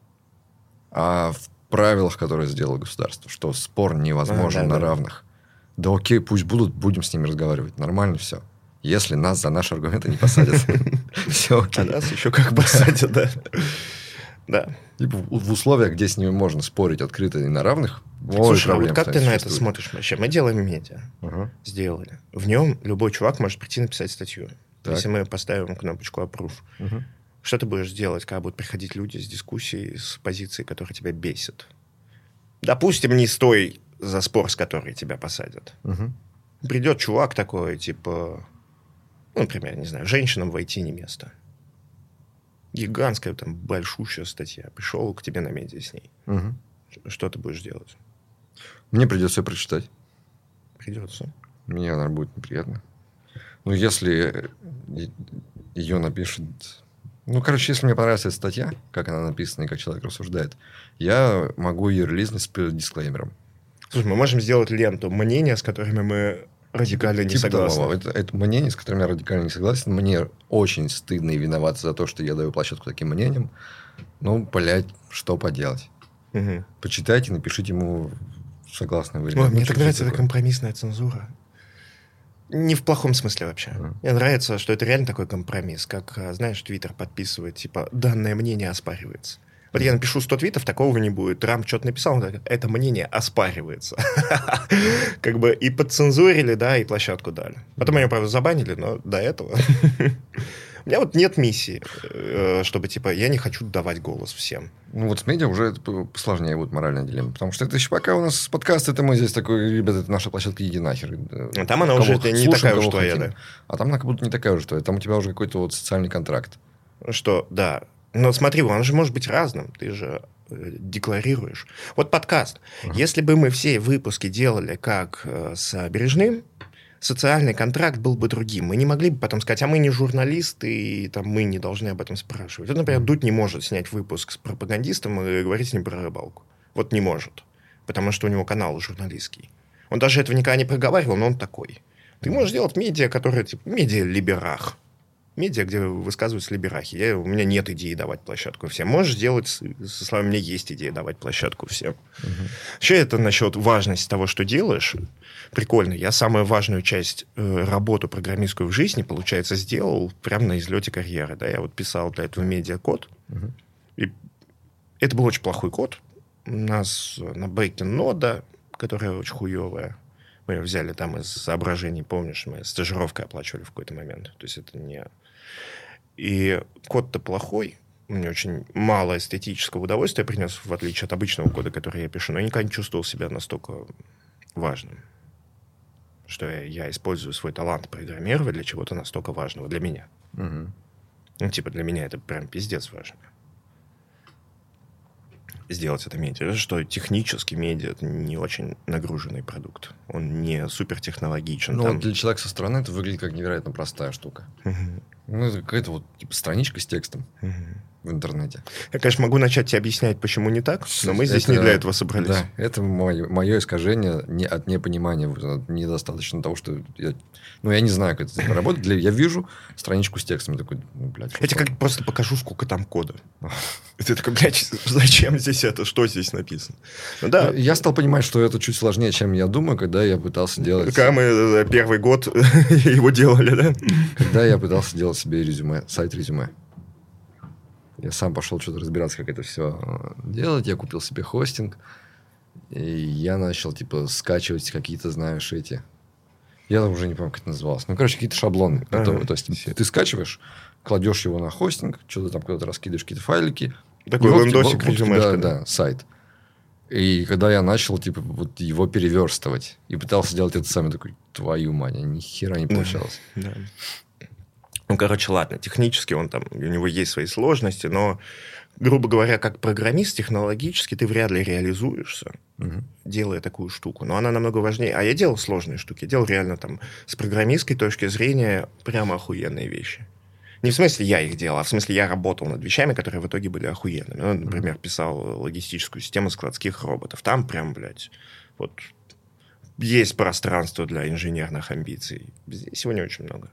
Speaker 1: а в правилах, которые сделало государство, что спор невозможен на равных. Да окей, пусть будем с ними разговаривать, нормально все. Если нас за наши аргументы не посадят, все окей.
Speaker 2: А нас еще как посадят, да. Да.
Speaker 1: В условиях, где с ними можно спорить открыто и на равных,
Speaker 2: слушай, а вот как ты на это смотришь вообще? Мы делаем медиа. Сделали. В нем любой чувак может прийти написать статью. Если мы поставим кнопочку «Approve». Что ты будешь делать, когда будут приходить люди с дискуссией, с позицией, которая тебя бесит? Допустим, не стой за спор, с которой тебя посадят. Придет чувак такой, типа... Ну, например, не знаю, женщинам в IT не место. Гигантская, там, большущая статья. Пришел к тебе на медиа с ней. Что ты будешь делать?
Speaker 1: Мне придется ее прочитать.
Speaker 2: Придется.
Speaker 1: Мне, наверное, будет неприятно. Ну, если ее напишет... Ну, короче, если мне понравится эта статья, как она написана и как человек рассуждает, я могу ее релизнуть с дисклеймером.
Speaker 2: Слушай, мы можем сделать ленту мнения, с которыми мы радикально не согласны.
Speaker 1: Это мнение, с которым я радикально не согласен. Мне очень стыдно и виноват за то, что я даю площадку таким мнениям. Ну, блядь, что поделать? Почитайте, напишите ему согласный вариант.
Speaker 2: Мне так нравится эта компромиссная цензура. Не в плохом смысле вообще. Мне нравится, что это реально такой компромисс. Как, знаешь, Твиттер подписывает, типа, данное мнение оспаривается. Вот я напишу 100 твитов, такого не будет. Трамп что-то написал, это мнение оспаривается. Как бы и подцензурили, да, и площадку дали. Потом меня, правда, забанили, но до этого... У меня вот нет миссии, чтобы, типа, я не хочу давать голос всем.
Speaker 1: Ну, вот с медиа уже это посложнее будет моральная дилемма. Потому что это еще пока у нас подкаст, это мы здесь такой, ребята, это наша площадка, иди нахер.
Speaker 2: А там она уже не такая уж твоя, да?
Speaker 1: А там она как будто не такая уже твоя. Там у тебя уже какой-то вот социальный контракт.
Speaker 2: Что, да. Но смотри, он же может быть разным. Ты же декларируешь. Вот подкаст. Если бы мы все выпуски делали как с Бережным, социальный контракт был бы другим. Мы не могли бы потом сказать, а мы не журналисты, и там, мы не должны об этом спрашивать. Вот, например, Дудь не может снять выпуск с пропагандистом и говорить с ним про рыбалку. Вот не может. Потому что у него канал журналистский. Он даже этого никогда не проговаривал, но он такой. Ты можешь делать медиа, которые, типа, медиа-либерах. Медиа, где высказываются либерахи. У меня нет идеи давать площадку всем. Можешь делать со словами, у меня есть идея давать площадку всем. Вообще, это насчет важности того, что делаешь. Прикольно. Я самую важную часть работу программистскую в жизни, получается, сделал прямо на излете карьеры. Да? Я вот писал для этого медиакод. И это был очень плохой код. У нас на бэкте нода, которая очень хуевая. Мы ее взяли там из соображений, помнишь, мы стажировкой оплачивали в какой-то момент. То есть это не... И код-то плохой. мне очень мало эстетического удовольствия принес, в отличие от обычного кода, который я пишу, но я никогда не чувствовал себя настолько важным, что я использую свой талант программировать для чего-то настолько важного для меня.
Speaker 1: Угу.
Speaker 2: Ну, типа, для меня это прям пиздец важно. Сделать это медиа. Что технически медиа — это не очень нагруженный продукт. Он не супертехнологичен.
Speaker 1: Ну, вот для человека со стороны это выглядит как невероятно простая штука. Ну, это какая-то вот типа страничка с текстом в интернете.
Speaker 2: Я, конечно, могу начать тебе объяснять, почему не так, но мы здесь не для этого собрались.
Speaker 1: Да, это мое искажение от непонимания. Недостаточно того, что я не знаю, как это работает. Я вижу страничку с текстом, такой, блядь.
Speaker 2: Я тебе как просто покажу, сколько там кода. И ты такой, блядь, зачем здесь это? Что здесь написано? Ну, да.
Speaker 1: Я стал понимать, что это чуть сложнее, чем я думаю, когда я пытался делать...
Speaker 2: Когда мы первый год его делали, да?
Speaker 1: Когда я пытался делать себе резюме, сайт-резюме. Я сам пошел что-то разбираться, как это все делать. Я купил себе хостинг. И я начал, типа, скачивать какие-то, знаешь, эти... Я уже не помню, как это называлось. Ну, короче, какие-то шаблоны. То есть, ты скачиваешь, кладешь его на хостинг, что-то там куда-то раскидываешь, какие-то файлики.
Speaker 2: Такой лендосик резюмешка.
Speaker 1: Да, сайт. И когда я начал, типа, вот его переверстывать и пытался делать это сам, я такой, твою мать, ни хера не получалось.
Speaker 2: Да. Ну, короче, ладно, технически у него есть свои сложности, но, грубо говоря, как программист технологически ты вряд ли реализуешься, делая такую штуку. Но она намного важнее. А я делал сложные штуки. Я делал реально там с программистской точки зрения прямо охуенные вещи. Не в смысле я их делал, а в смысле я работал над вещами, которые в итоге были охуенными. Ну, например, писал логистическую систему складских роботов. Там прям, блядь, вот есть пространство для инженерных амбиций. Здесь его не очень много.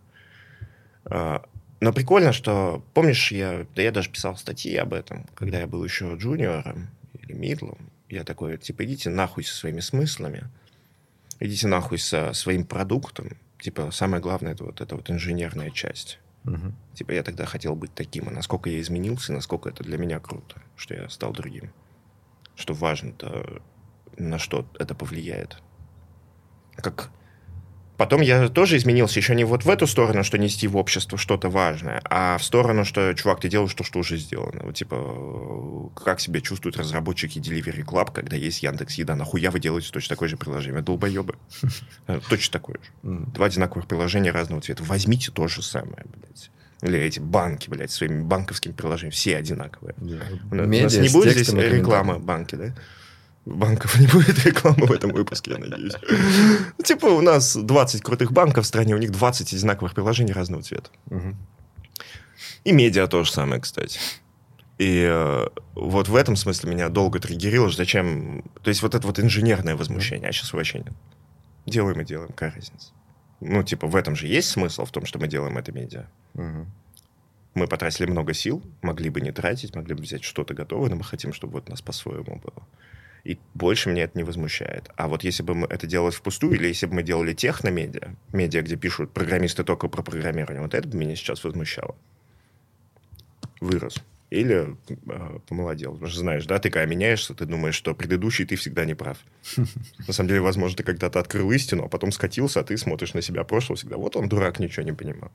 Speaker 2: Но прикольно, что, помнишь, я даже писал статьи об этом, когда я был еще джуниором или мидлом. Я такой, типа, идите нахуй со своими смыслами, идите нахуй со своим продуктом. Типа, самое главное, это вот инженерная часть. Типа, я тогда хотел быть таким. А насколько я изменился, насколько это для меня круто, что я стал другим. Что важно-то, на что это повлияет. Как... Потом я тоже изменился еще не вот в эту сторону, что нести в общество что-то важное, а в сторону, что, чувак, ты делаешь то, что уже сделано. Вот, типа, как себя чувствуют разработчики Delivery Club, когда есть Яндекс.Еда. Нахуя вы делаете точно такое же приложение? Долбоебы. Точно такое же. Два одинаковых приложения разного цвета. Возьмите то же самое, блядь. Или эти банки, блядь, своими банковскими приложениями. Все одинаковые. У нас не будет здесь рекламы банки, да? Банков не будет рекламы в этом выпуске, я надеюсь. Типа у нас 20 крутых банков в стране, у них 20 одинаковых приложений разного цвета. И медиа то же самое, кстати. И вот в этом смысле меня долго триггерило, зачем... То есть вот это вот инженерное возмущение, а сейчас вообще нет. Делаем и делаем, какая разница? Ну, типа, в этом же есть смысл, в том, что мы делаем это медиа. Мы потратили много сил, могли бы не тратить, могли бы взять что-то готовое, но мы хотим, чтобы вот у нас по-своему было. И больше меня это не возмущает. А вот если бы мы это делали впустую, или если бы мы делали техномедиа, медиа, где пишут программисты только про программирование, вот это бы меня сейчас возмущало. Вырос. Или помолодел. Потому что знаешь, да, ты когда меняешься, ты думаешь, что предыдущий ты всегда не прав. На самом деле, возможно, ты когда-то открыл истину, а потом скатился, а ты смотришь на себя прошлого всегда. Вот он, дурак, ничего не понимал.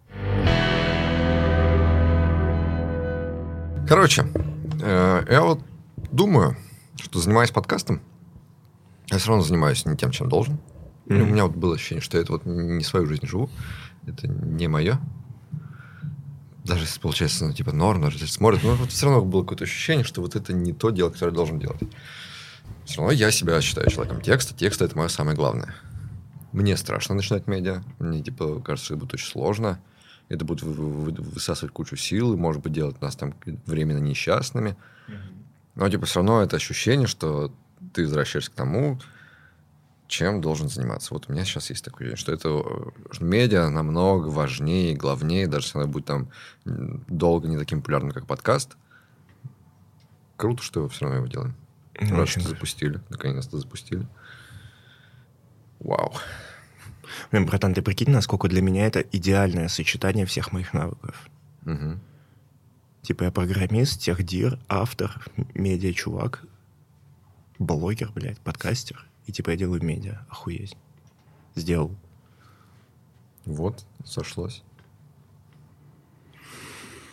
Speaker 1: Короче, я вот думаю, что, занимаясь подкастом, я все равно занимаюсь не тем, чем должен. У меня вот было ощущение, что я это вот не свою жизнь живу. Это не мое. Даже если получается, типа, норм, даже если смотрят, но вот все равно было какое-то ощущение, что вот это не то дело, которое я должен делать. Все равно я себя считаю человеком текста. Текст — это мое самое главное. Мне страшно начинать медиа. Мне, типа, кажется, это будет очень сложно. Это будет высасывать кучу сил и, может быть, делать нас там временно несчастными. Но, типа, все равно это ощущение, что ты возвращаешься к тому, чем должен заниматься. Вот у меня сейчас есть такое ощущение, что это медиа намного важнее и главнее, даже если оно будет там долго не таким популярным, как подкаст. Круто, что его все равно его делаем. Рад, что запустили. Наконец-то запустили. Вау.
Speaker 2: Блин, братан, ты прикинь, насколько для меня это идеальное сочетание всех моих навыков. Типа я программист, техдир, автор, медиа-чувак, блогер, блядь, подкастер. И типа я делаю медиа. Охуеть. Сделал.
Speaker 1: Вот, сошлось.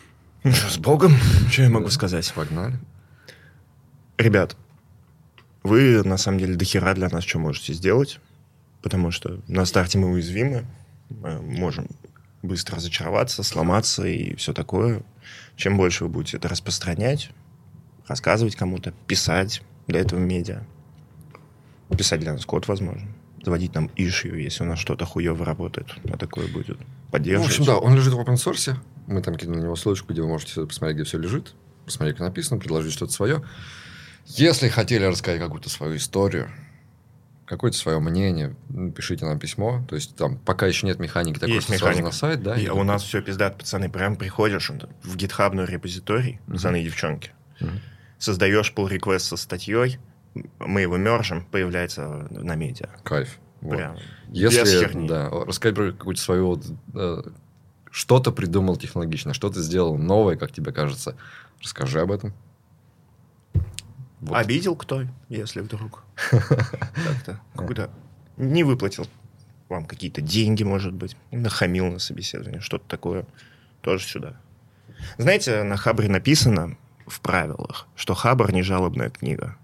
Speaker 2: С Богом, что я могу сказать?
Speaker 1: Погнали.
Speaker 2: Ребят, вы на самом деле дохера для нас что можете сделать, потому что на старте мы уязвимы, мы можем быстро разочароваться, сломаться и все такое. Чем больше вы будете это распространять, рассказывать кому-то, писать для этого медиа, писать для нас код, возможно, заводить нам issue, если у нас что-то хуево работает, а такое будет, поддерживать.
Speaker 1: В общем, да, он лежит в open source. Мы там кинули на него ссылочку, где вы можете посмотреть, где все лежит, посмотреть, как написано, предложить что-то свое. Если хотели рассказать какую-то свою историю, какое-то свое мнение, пишите нам письмо. То есть там пока еще нет механики такой,
Speaker 2: Есть
Speaker 1: что сразу
Speaker 2: механика.
Speaker 1: на сайт. Да,
Speaker 2: и у нас все пиздат, пацаны. Прям приходишь в гитхабную репозиторий, пацаны и девчонки, создаешь pull request со статьей, мы его мержим, появляется на медиа.
Speaker 1: Кайф. Вот.
Speaker 2: Прям
Speaker 1: Если,
Speaker 2: без херни.
Speaker 1: да, рассказать про какую-то свою... что-то придумал технологично, что-то сделал новое, как тебе кажется. Расскажи об этом. Вот.
Speaker 2: Обидел кто, если вдруг как-то какой-то не выплатил вам какие-то деньги, может быть, нахамил на собеседовании, что-то такое, тоже сюда. Знаете, на Хабре написано в правилах, что Хабр не жалобная книга.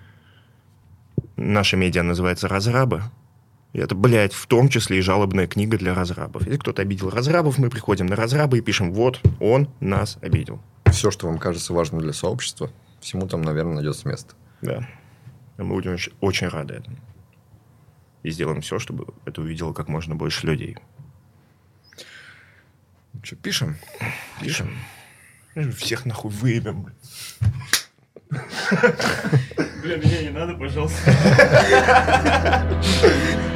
Speaker 2: Наша медиа называется «Разрабы». И это, блядь, в том числе и жалобная книга для разрабов. Если кто-то обидел разрабов, мы приходим на разрабы и пишем: вот, он нас обидел.
Speaker 1: Все, что вам кажется важным для сообщества, всему там, наверное, найдется место.
Speaker 2: Да. И мы будем очень рады этому. И сделаем все, чтобы это увидело как можно больше людей.
Speaker 1: Что, пишем?
Speaker 2: Пишем. Всех нахуй выебем.
Speaker 3: Бля, меня не надо, пожалуйста.